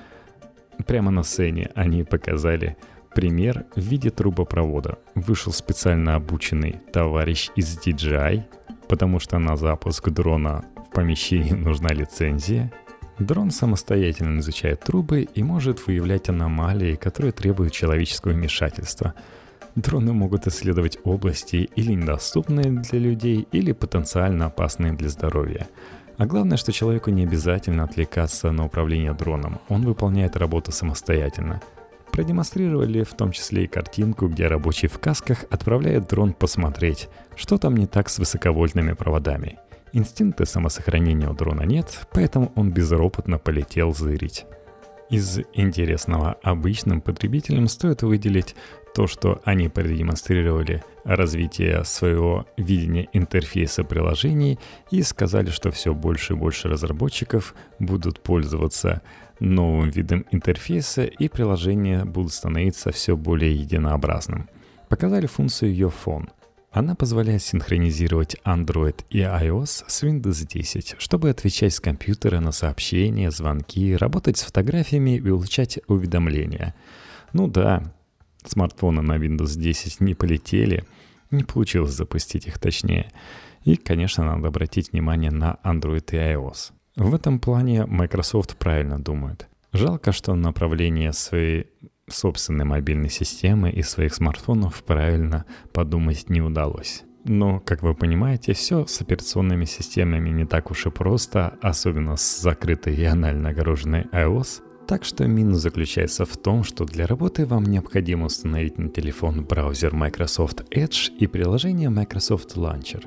Прямо на сцене они показали пример в виде трубопровода. Вышел специально обученный товарищ из ди джей ай, потому что на запуск дрона в помещении нужна лицензия. Дрон самостоятельно изучает трубы и может выявлять аномалии, которые требуют человеческого вмешательства. Дроны могут исследовать области или недоступные для людей, или потенциально опасные для здоровья. А главное, что человеку не обязательно отвлекаться на управление дроном, он выполняет работу самостоятельно. Продемонстрировали в том числе и картинку, где рабочий в касках отправляет дрон посмотреть, что там не так с высоковольтными проводами. Инстинкта самосохранения у дрона нет, поэтому он безропотно полетел зырить. Из интересного обычным потребителям стоит выделить то, что они продемонстрировали развитие своего видения интерфейса приложений и сказали, что все больше и больше разработчиков будут пользоваться новым видом интерфейса и приложения будут становиться все более единообразным. Показали функцию Your Phone. Она позволяет синхронизировать Android и iOS с Windows десять, чтобы отвечать с компьютера на сообщения, звонки, работать с фотографиями и получать уведомления. Ну да, смартфоны на Windows десять не полетели, не получилось запустить их точнее. И, конечно, надо обратить внимание на Android и iOS. В этом плане Microsoft правильно думает. Жалко, что направление своей собственной мобильной системы и своих смартфонов правильно подумать не удалось. Но, как вы понимаете, все с операционными системами не так уж и просто, особенно с закрытой и анально огороженной iOS. Так что минус заключается в том, что для работы вам необходимо установить на телефон браузер Microsoft Edge и приложение Microsoft Launcher.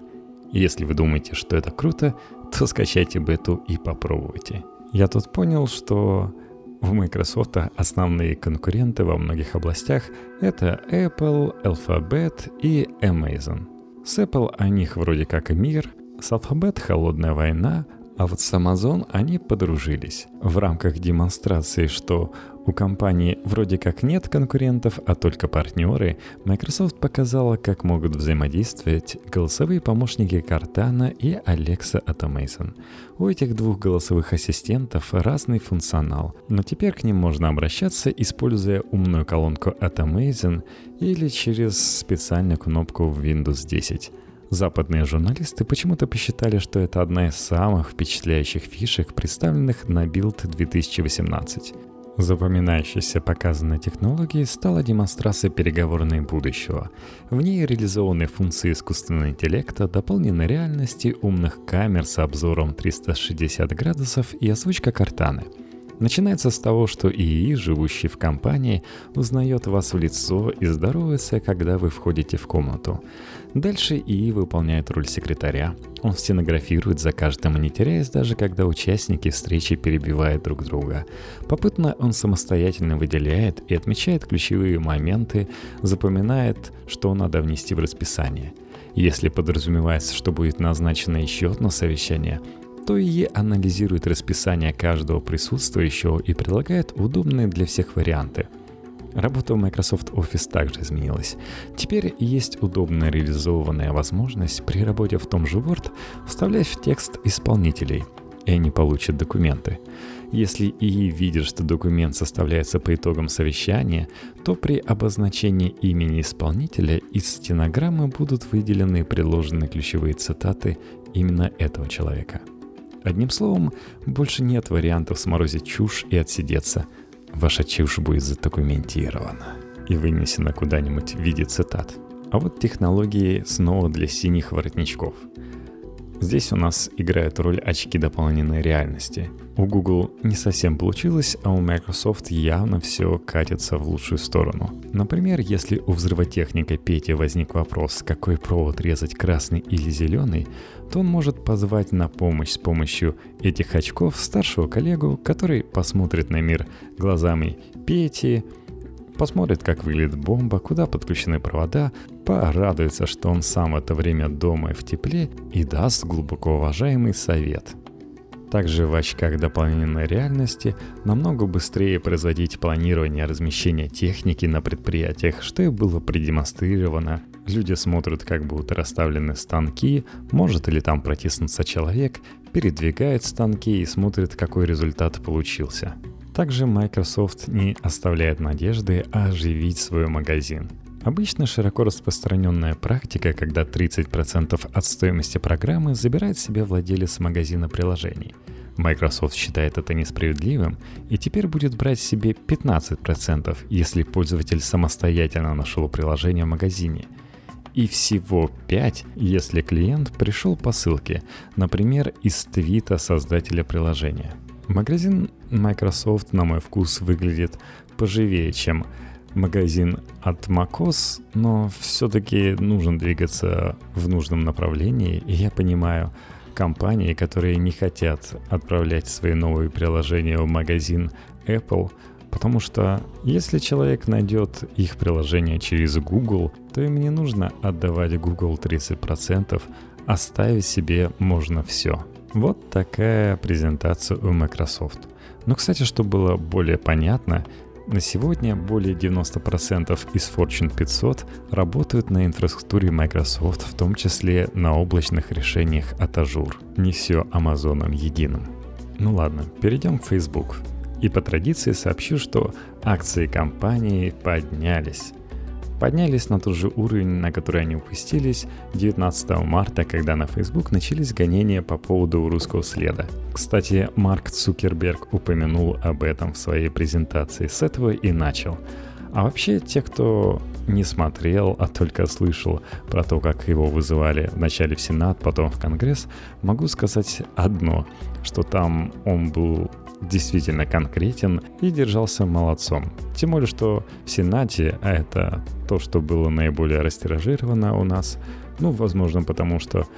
Если вы думаете, что это круто, то скачайте бету и попробуйте. Я тут понял, что у Microsoft основные конкуренты во многих областях — это Apple, Alphabet и Amazon. С Apple у них вроде как и мир, с Alphabet холодная война, а вот с Amazon они подружились. В рамках демонстрации, что у компании вроде как нет конкурентов, а только партнеры, Microsoft показала, как могут взаимодействовать голосовые помощники Cortana и Alexa от Amazon. У этих двух голосовых ассистентов разный функционал, но теперь к ним можно обращаться, используя умную колонку от Amazon или через специальную кнопку в Windows десять. Западные журналисты почему-то посчитали, что это одна из самых впечатляющих фишек, представленных на Build две тысячи восемнадцать. Запоминающейся показанной технологией стала демонстрация переговорной будущего. В ней реализованы функции искусственного интеллекта, дополненной реальности, умных камер с обзором триста шестьдесят градусов и озвучка Cortana. Начинается с того, что ИИ, живущий в компании, узнает вас в лицо и здоровается, когда вы входите в комнату. Дальше ИИ выполняет роль секретаря. Он стенографирует за каждым, не теряясь даже, когда участники встречи перебивают друг друга. Попутно он самостоятельно выделяет и отмечает ключевые моменты, запоминает, что надо внести в расписание. Если подразумевается, что будет назначено еще одно совещание, то ИИ анализирует расписание каждого присутствующего и предлагает удобные для всех варианты. Работа в Microsoft Office также изменилась. Теперь есть удобно реализованная возможность при работе в том же Word вставлять в текст исполнителей, и они получат документы. Если ИИ видит, что документ составляется по итогам совещания, то при обозначении имени исполнителя из стенограммы будут выделены и предложены ключевые цитаты именно этого человека. Одним словом, больше нет вариантов сморозить чушь и отсидеться. Ваша чушь будет задокументирована и вынесена куда-нибудь в виде цитат. А вот технологии снова для синих воротничков. Здесь у нас играют роль очки дополненной реальности. У Google не совсем получилось, а у Microsoft явно все катится в лучшую сторону. Например, если у взрывотехника Пети возник вопрос, какой провод резать, красный или зеленый, то он может позвать на помощь с помощью этих очков старшего коллегу, который посмотрит на мир глазами Пети, посмотрит, как выглядит бомба, куда подключены провода, порадуется, что он сам в это время дома и в тепле, и даст глубоко уважаемый совет. Также в очках дополненной реальности намного быстрее производить планирование размещения техники на предприятиях, что и было продемонстрировано. Люди смотрят, как будут расставлены станки, может ли там протиснуться человек, передвигает станки и смотрит, какой результат получился. Также Microsoft не оставляет надежды оживить свой магазин. Обычно широко распространенная практика, когда тридцать процентов от стоимости программы забирает себе владелец магазина приложений. Microsoft считает это несправедливым и теперь будет брать себе пятнадцать процентов, если пользователь самостоятельно нашел приложение в магазине. И всего пять, если клиент пришел по ссылке, например, из твита создателя приложения. Магазин Microsoft, на мой вкус, выглядит поживее, чем магазин от macOS, но все-таки нужно двигаться в нужном направлении, и я понимаю компании, которые не хотят отправлять свои новые приложения в магазин Apple, потому что если человек найдет их приложение через Google, то им не нужно отдавать Google тридцать процентов, оставить себе можно все. Вот такая презентация у Microsoft. Но, кстати, чтобы было более понятно, на сегодня более девяносто процентов из Fortune пятьсот работают на инфраструктуре Microsoft, в том числе на облачных решениях от Azure. Не все Амазоном единым. Ну ладно, перейдем к Facebook. И по традиции сообщу, что акции компании поднялись. Поднялись на тот же уровень, на который они упустились девятнадцатого марта, когда на Facebook начались гонения по поводу русского следа. Кстати, Марк Цукерберг упомянул об этом в своей презентации, с этого и начал. А вообще, те, кто не смотрел, а только слышал про то, как его вызывали вначале в Сенат, потом в Конгресс, могу сказать одно, что там он был действительно конкретен и держался молодцом. Тем более, что в Сенате, а это то, что было наиболее растиражировано у нас, ну, возможно, потому что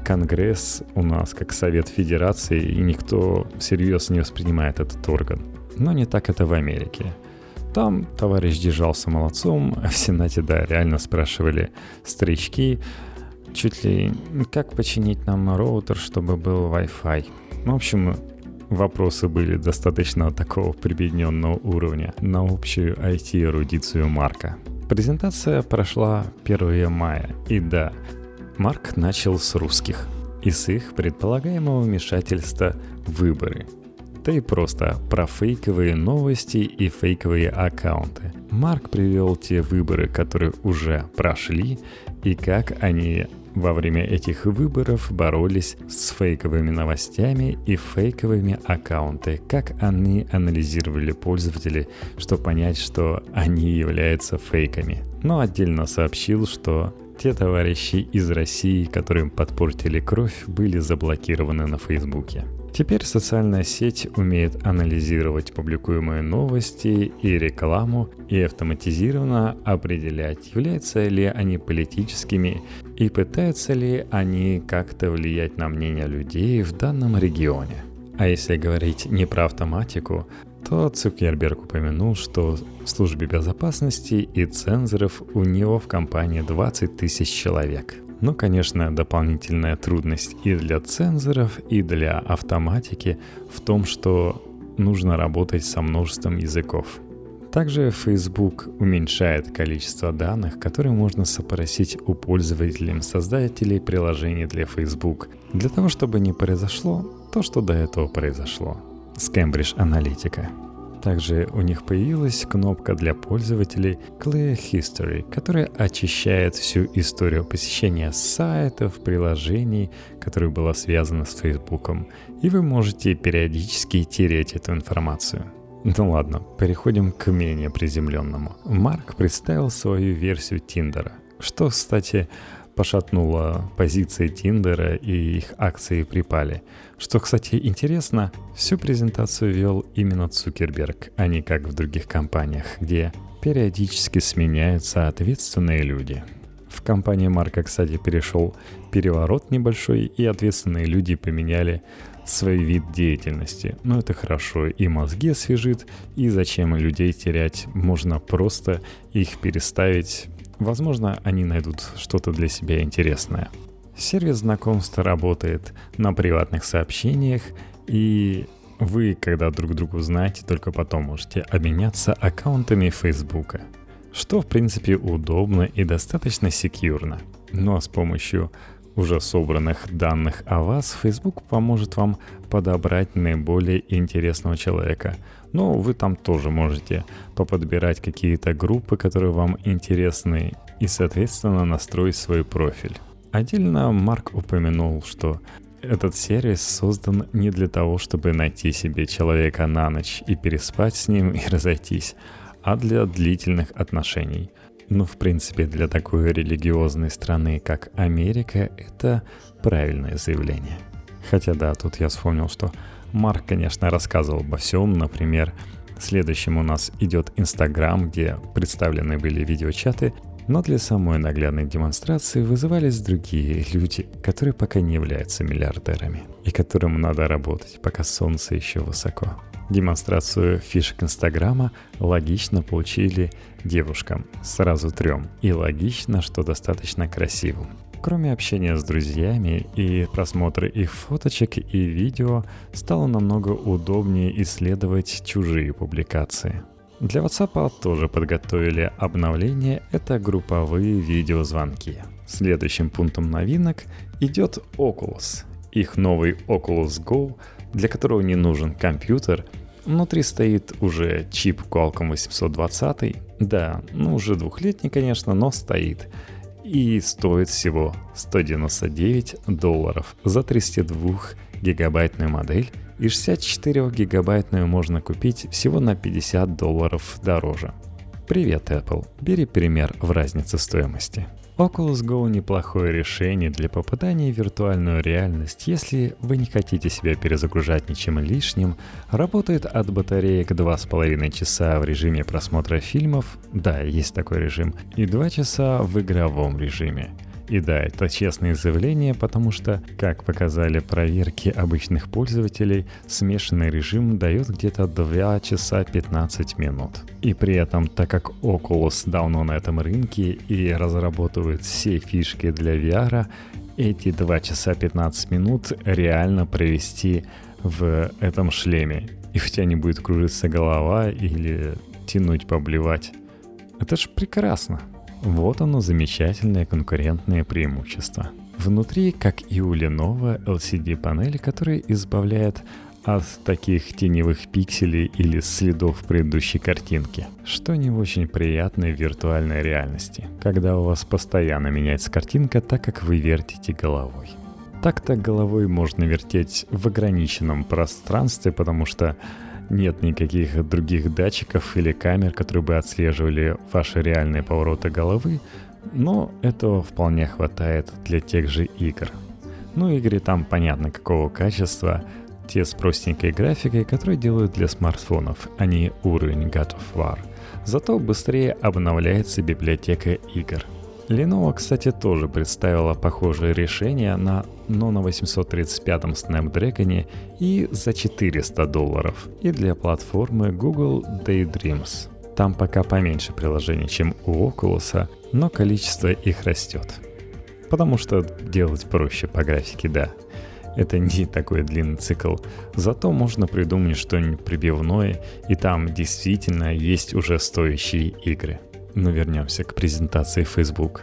Конгресс у нас как Совет Федерации, и никто всерьез не воспринимает этот орган. Но не так это в Америке. Там товарищ держался молодцом, а в Сенате, да, реально спрашивали старички, чуть ли как починить нам роутер, чтобы был Wi-Fi. В общем, вопросы были достаточно такого прибедненного уровня на общую ай ти-эрудицию Марка. Презентация прошла первого мая, и да, Марк начал с русских и с их предполагаемого вмешательства в выборы. Да и просто про фейковые новости и фейковые аккаунты. Марк привел те выборы, которые уже прошли, и как они во время этих выборов боролись с фейковыми новостями и фейковыми аккаунтами, как они анализировали пользователей, чтобы понять, что они являются фейками. Но отдельно сообщил, что те товарищи из России, которым подпортили кровь, были заблокированы на Фейсбуке. Теперь социальная сеть умеет анализировать публикуемые новости и рекламу и автоматизированно определять, являются ли они политическими и пытаются ли они как-то влиять на мнение людей в данном регионе. А если говорить не про автоматику, то Цукерберг упомянул, что в службе безопасности и цензоров у него в компании двадцать тысяч человек. Ну, конечно, дополнительная трудность и для цензоров, и для автоматики в том, что нужно работать со множеством языков. Также Facebook уменьшает количество данных, которые можно запросить у пользователей-создателей приложений для Facebook, для того, чтобы не произошло то, что до этого произошло с Cambridge Analytica. Также у них появилась кнопка для пользователей Clear History, которая очищает всю историю посещения сайтов, приложений, которая была связана с Фейсбуком, и вы можете периодически тереть эту информацию. Ну ладно, переходим к менее приземленному. Марк представил свою версию Тиндера, что, кстати, пошатнуло позиции Тиндера, и их акции припали. Что, кстати, интересно, всю презентацию вел именно Цукерберг, а не как в других компаниях, где периодически сменяются ответственные люди. В компании Марка, кстати, перешел переворот небольшой, и ответственные люди поменяли свой вид деятельности. Но это хорошо, и мозги освежит, и зачем людей терять, можно просто их переставить. Возможно, они найдут что-то для себя интересное. Сервис знакомств работает на приватных сообщениях, и вы, когда друг другу знаете, только потом можете обменяться аккаунтами Фейсбука, что, в принципе, удобно и достаточно секьюрно. Ну а с помощью уже собранных данных о вас Facebook поможет вам подобрать наиболее интересного человека. Но вы там тоже можете поподбирать какие-то группы, которые вам интересны, и, соответственно, настроить свой профиль. Отдельно Марк упомянул, что этот сервис создан не для того, чтобы найти себе человека на ночь и переспать с ним и разойтись, а для длительных отношений. Ну, в принципе, для такой религиозной страны, как Америка, это правильное заявление. Хотя да, тут я вспомнил, что Марк, конечно, рассказывал обо всем. Например, следующим у нас идет Инстаграм, где представлены были видеочаты, но для самой наглядной демонстрации вызывались другие люди, которые пока не являются миллиардерами и которым надо работать, пока солнце еще высоко. Демонстрацию фишек Инстаграма логично получили девушкам, сразу трем, и логично, что достаточно красивым. Кроме общения с друзьями и просмотра их фоточек и видео, стало намного удобнее исследовать чужие публикации. Для WhatsApp тоже подготовили обновление – это групповые видеозвонки. Следующим пунктом новинок идет Oculus. Их новый Oculus Go, для которого не нужен компьютер. Внутри стоит уже чип Qualcomm восемьсот двадцать. Да, ну уже двухлетний, конечно, но стоит. И стоит всего сто девяносто девять долларов за тридцатидвухгигабайтную модель, и шестидесятичетырёхгигабайтную можно купить всего на пятьдесят долларов дороже. Привет, Apple. Бери пример в разнице стоимости. Oculus Go – неплохое решение для попадания в виртуальную реальность, если вы не хотите себя перезагружать ничем лишним, работает от батареек два с половиной часа в режиме просмотра фильмов, да, есть такой режим, и два часа в игровом режиме. И да, это честное заявление, потому что, как показали проверки обычных пользователей, смешанный режим дает где-то два часа пятнадцать минут. И при этом, так как Oculus давно на этом рынке и разрабатывает все фишки для ви ар, эти два часа пятнадцать минут реально провести в этом шлеме. И у тебя не будет кружиться голова или тянуть поблевать. Это ж прекрасно. Вот оно, замечательное конкурентное преимущество. Внутри, как и у Lenovo, эл си ди-панель, которая избавляет от таких теневых пикселей или следов предыдущей картинки, что не очень приятно в виртуальной реальности, когда у вас постоянно меняется картинка, так как вы вертите головой. Так-то головой можно вертеть в ограниченном пространстве, потому что нет никаких других датчиков или камер, которые бы отслеживали ваши реальные повороты головы, но этого вполне хватает для тех же игр. Ну, игры там понятно какого качества, те с простенькой графикой, которые делают для смартфонов, а не уровень God of War. Зато быстрее обновляется библиотека игр. Lenovo, кстати, тоже представила похожее решение на, но на восемьсот тридцать пятом Snapdragon и за четыреста долларов, и для платформы Google Daydreams. Там пока поменьше приложений, чем у Oculus, но количество их растет. Потому что делать проще по графике, да. Это не такой длинный цикл. Зато можно придумать что-нибудь прибивное, и там действительно есть уже стоящие игры. Но вернемся к презентации Facebook.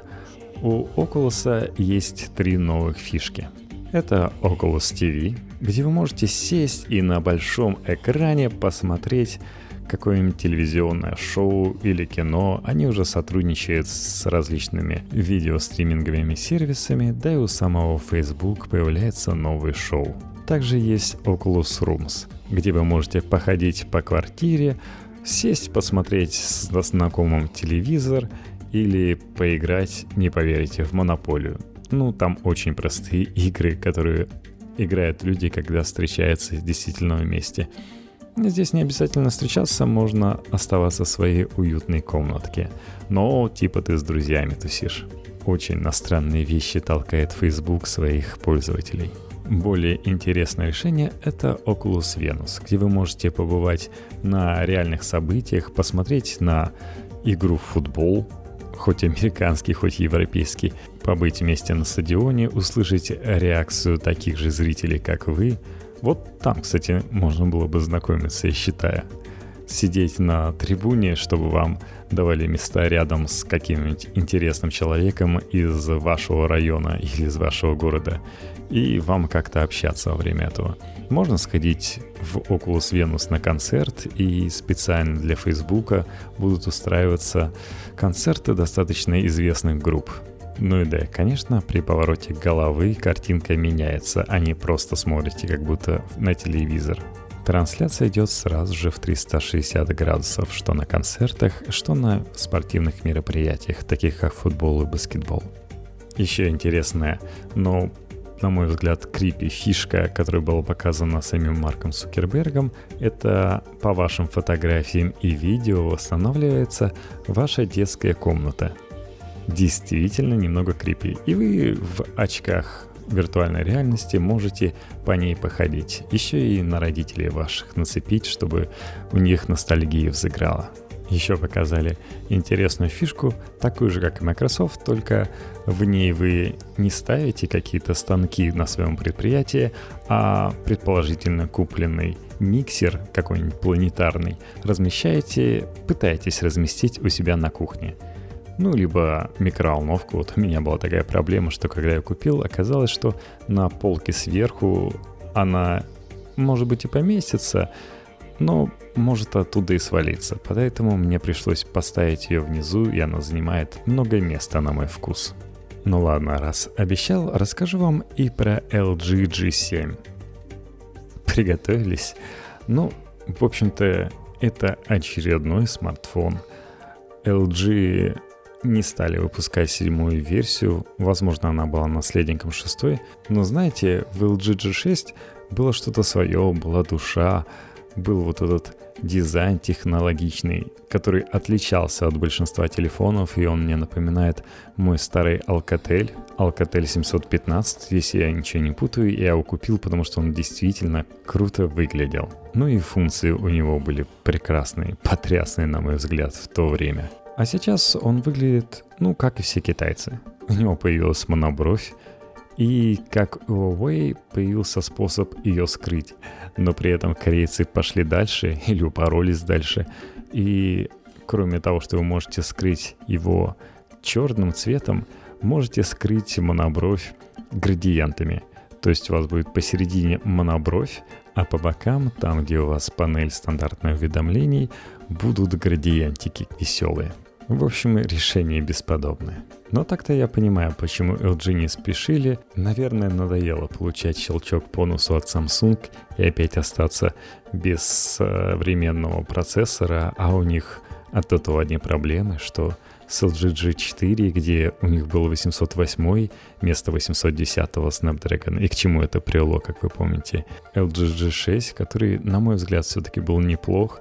У Oculus есть три новых фишки. Это Oculus ти ви, где вы можете сесть и на большом экране посмотреть какое-нибудь телевизионное шоу или кино. Они уже сотрудничают с различными видеостриминговыми сервисами, да и у самого Facebook появляется новый шоу. Также есть Oculus Rooms, где вы можете походить по квартире, сесть, посмотреть с знакомым телевизор или поиграть, не поверите, в Монополию. Ну, там очень простые игры, которые играют люди, когда встречаются действительно вместе. Здесь не обязательно встречаться, можно оставаться в своей уютной комнатке. Но типа ты с друзьями тусишь. Очень на странные вещи толкает Facebook своих пользователей. Более интересное решение — это Oculus Venus, где вы можете побывать на реальных событиях, посмотреть на игру в футбол, хоть американский, хоть европейский, побыть вместе на стадионе, услышать реакцию таких же зрителей, как вы. Вот там, кстати, можно было бы знакомиться, я считаю. Сидеть на трибуне, чтобы вам давали места рядом с каким-нибудь интересным человеком из вашего района или из вашего города, и вам как-то общаться во время этого. Можно сходить в Oculus Venus на концерт, и специально для Фейсбука будут устраиваться концерты достаточно известных групп. Ну и да, конечно, при повороте головы картинка меняется, а не просто смотрите как будто на телевизор. Трансляция идет сразу же в триста шестьдесят градусов, что на концертах, что на спортивных мероприятиях, таких как футбол и баскетбол. Еще интересная, но, на мой взгляд, крипи фишка, которая была показана самим Марком Цукербергом, это по вашим фотографиям и видео восстанавливается ваша детская комната. Действительно немного крипи. И вы в очках виртуальной реальности можете по ней походить. Еще и на родителей ваших нацепить, чтобы у них ностальгия взыграла. Еще показали интересную фишку, такую же, как и Microsoft, только в ней вы не ставите какие-то станки на своем предприятии, а предположительно купленный миксер какой-нибудь планетарный размещаете, пытаетесь разместить у себя на кухне. Ну, либо микроволновку. Вот у меня была такая проблема, что когда я купил, оказалось, что на полке сверху она, может быть, и поместится, но может оттуда и свалиться. Поэтому мне пришлось поставить ее внизу, и она занимает много места на мой вкус. Ну ладно, раз обещал, расскажу вам и про эл джи джи семь. Приготовились? Ну, в общем-то, это очередной смартфон. эл джи не стали выпускать седьмую версию, возможно, она была наследником шестой, но знаете, в эл джи джи шесть было что-то свое, была душа, был вот этот дизайн технологичный, который отличался от большинства телефонов, и он мне напоминает мой старый Alcatel, Alcatel семьсот пятнадцать, если я ничего не путаю, я его купил, потому что он действительно круто выглядел. Ну и функции у него были прекрасные, потрясные, на мой взгляд, в то время. А сейчас он выглядит, ну, как и все китайцы. У него появилась монобровь, и как у Huawei появился способ ее скрыть. Но при этом корейцы пошли дальше или упоролись дальше. И кроме того, что вы можете скрыть его черным цветом, можете скрыть монобровь градиентами. То есть у вас будет посередине монобровь, а по бокам, там где у вас панель стандартных уведомлений, будут градиентики веселые. В общем, решение бесподобное. Но так-то я понимаю, почему эл джи не спешили. Наверное, надоело получать щелчок по носу от Samsung и опять остаться без современного процессора, а у них от этого одни проблемы, что с эл джи джи четыре, где у них был восемьсот восемь вместо восемьсот десять Snapdragon, и к чему это привело, как вы помните, эл джи джи шесть, который, на мой взгляд, все-таки был неплох,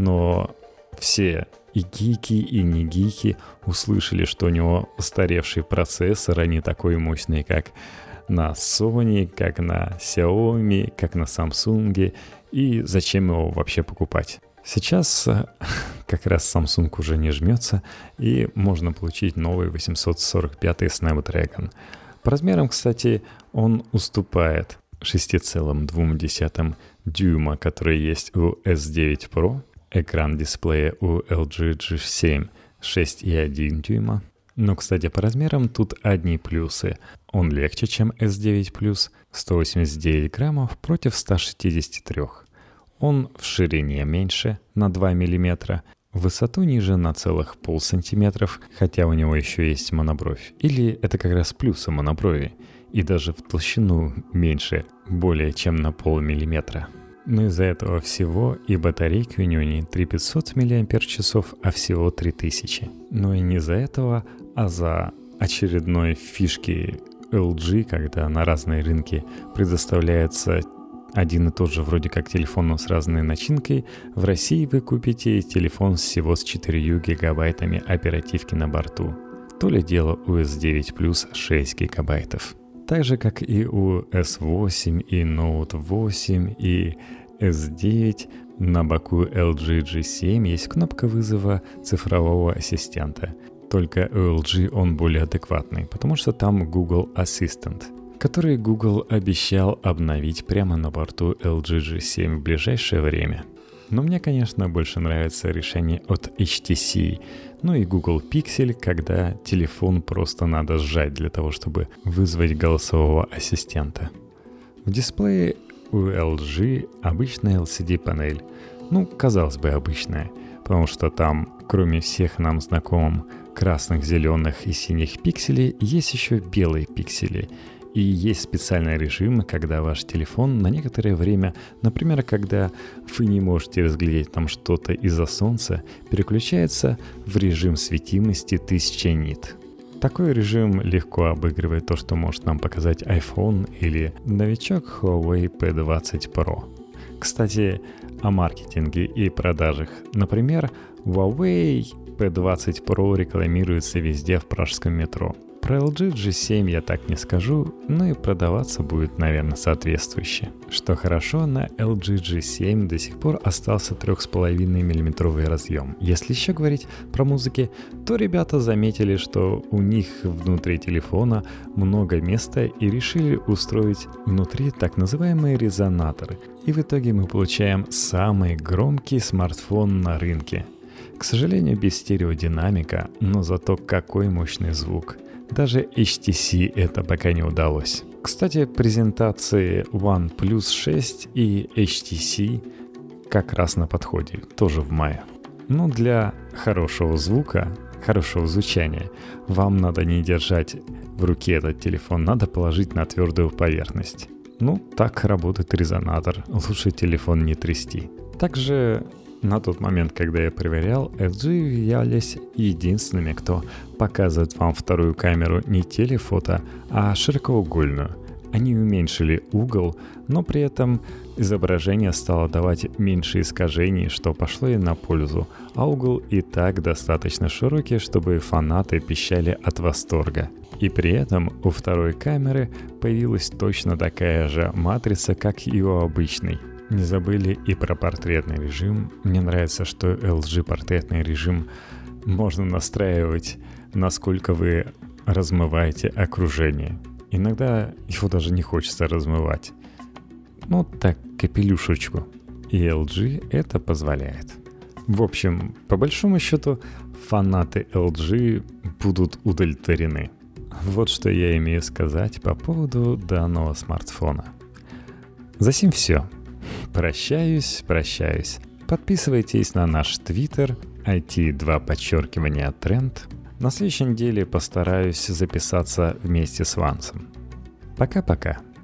но все и гики, и не гики услышали, что у него устаревший процессор, а не такой мощный, как на Sony, как на Xiaomi, как на Samsung, и зачем его вообще покупать. Сейчас как раз Samsung уже не жмется, и можно получить новый восемьсот сорок пять Snapdragon. По размерам, кстати, он уступает шесть целых две десятых дюйма, который есть у эс девять Pro. Экран дисплея у эл джи джи семь шесть целых один дюйма. Но, кстати, по размерам тут одни плюсы. Он легче, чем эс девять плюс, сто восемьдесят девять граммов против ста шестидесяти трёх. Он в ширине меньше на два миллиметра, в высоту ниже на целых полсантиметров, хотя у него еще есть монобровь. Или это как раз плюсы моноброви. И даже в толщину меньше, более чем на полмиллиметра. Но из-за этого всего и батарейки у него не три тысячи пятьсот мАч, а всего три тысячи. Но и не из-за этого, а за очередной фишки эл джи, когда на разные рынки предоставляется один и тот же вроде как телефон, но с разной начинкой, в России вы купите телефон всего с четырьмя гигабайтами оперативки на борту. То ли дело у эс девять плюс шесть гигабайтов. Так же, как и у эс восемь, и Note восемь, и эс девять, на боку эл джи джи семь есть кнопка вызова цифрового ассистента. Только у эл джи он более адекватный, потому что там Google Assistant, который Google обещал обновить прямо на борту эл джи джи семь в ближайшее время. Но мне, конечно, больше нравится решение от эйч ти си, ну и Google Pixel, когда телефон просто надо сжать для того, чтобы вызвать голосового ассистента. В дисплее у эл джи обычная эл си ди-панель. Ну, казалось бы, обычная, потому что там, кроме всех нам знакомых красных, зеленых и синих пикселей, есть еще белые пиксели. И есть специальный режим, когда ваш телефон на некоторое время, например, когда вы не можете разглядеть там что-то из-за солнца, переключается в режим светимости тысяча нит. Такой режим легко обыгрывает то, что может нам показать iPhone или новичок Huawei пи двадцать Pro. Кстати, о маркетинге и продажах. Например, Huawei пи двадцать Pro рекламируется везде в пражском метро. Про эл джи джи семь я так не скажу, но и продаваться будет, наверное, соответствующе. Что хорошо, на эл джи джи семь до сих пор остался три целых пять миллиметровый разъем. Если еще говорить про музыки, то ребята заметили, что у них внутри телефона много места и решили устроить внутри так называемые резонаторы. И в итоге мы получаем самый громкий смартфон на рынке. К сожалению, без стереодинамика, но зато какой мощный звук. Даже эйч ти си это пока не удалось. Кстати, презентации OnePlus шесть и эйч ти си как раз на подходе, тоже в мае. Но для хорошего звука, хорошего звучания, вам надо не держать в руке этот телефон, надо положить на твердую поверхность. Ну, так работает резонатор, лучше телефон не трясти. Также на тот момент, когда я проверял, эл джи являлись единственными, кто показывает вам вторую камеру не телефото, а широкоугольную. Они уменьшили угол, но при этом изображение стало давать меньше искажений, что пошло и на пользу, а угол и так достаточно широкий, чтобы фанаты пищали от восторга. И при этом у второй камеры появилась точно такая же матрица, как и у обычной. Не забыли и про портретный режим. Мне нравится, что эл джи портретный режим можно настраивать, насколько вы размываете окружение. Иногда его даже не хочется размывать. Ну так, капелюшечку. И эл джи это позволяет. В общем, по большому счету, фанаты эл джи будут удовлетворены. Вот что я имею сказать по поводу данного смартфона. Засим все. Прощаюсь, прощаюсь. Подписывайтесь на наш твиттер ай ти два подчеркивание тренд. На следующей неделе постараюсь записаться вместе с Вансом. Пока-пока.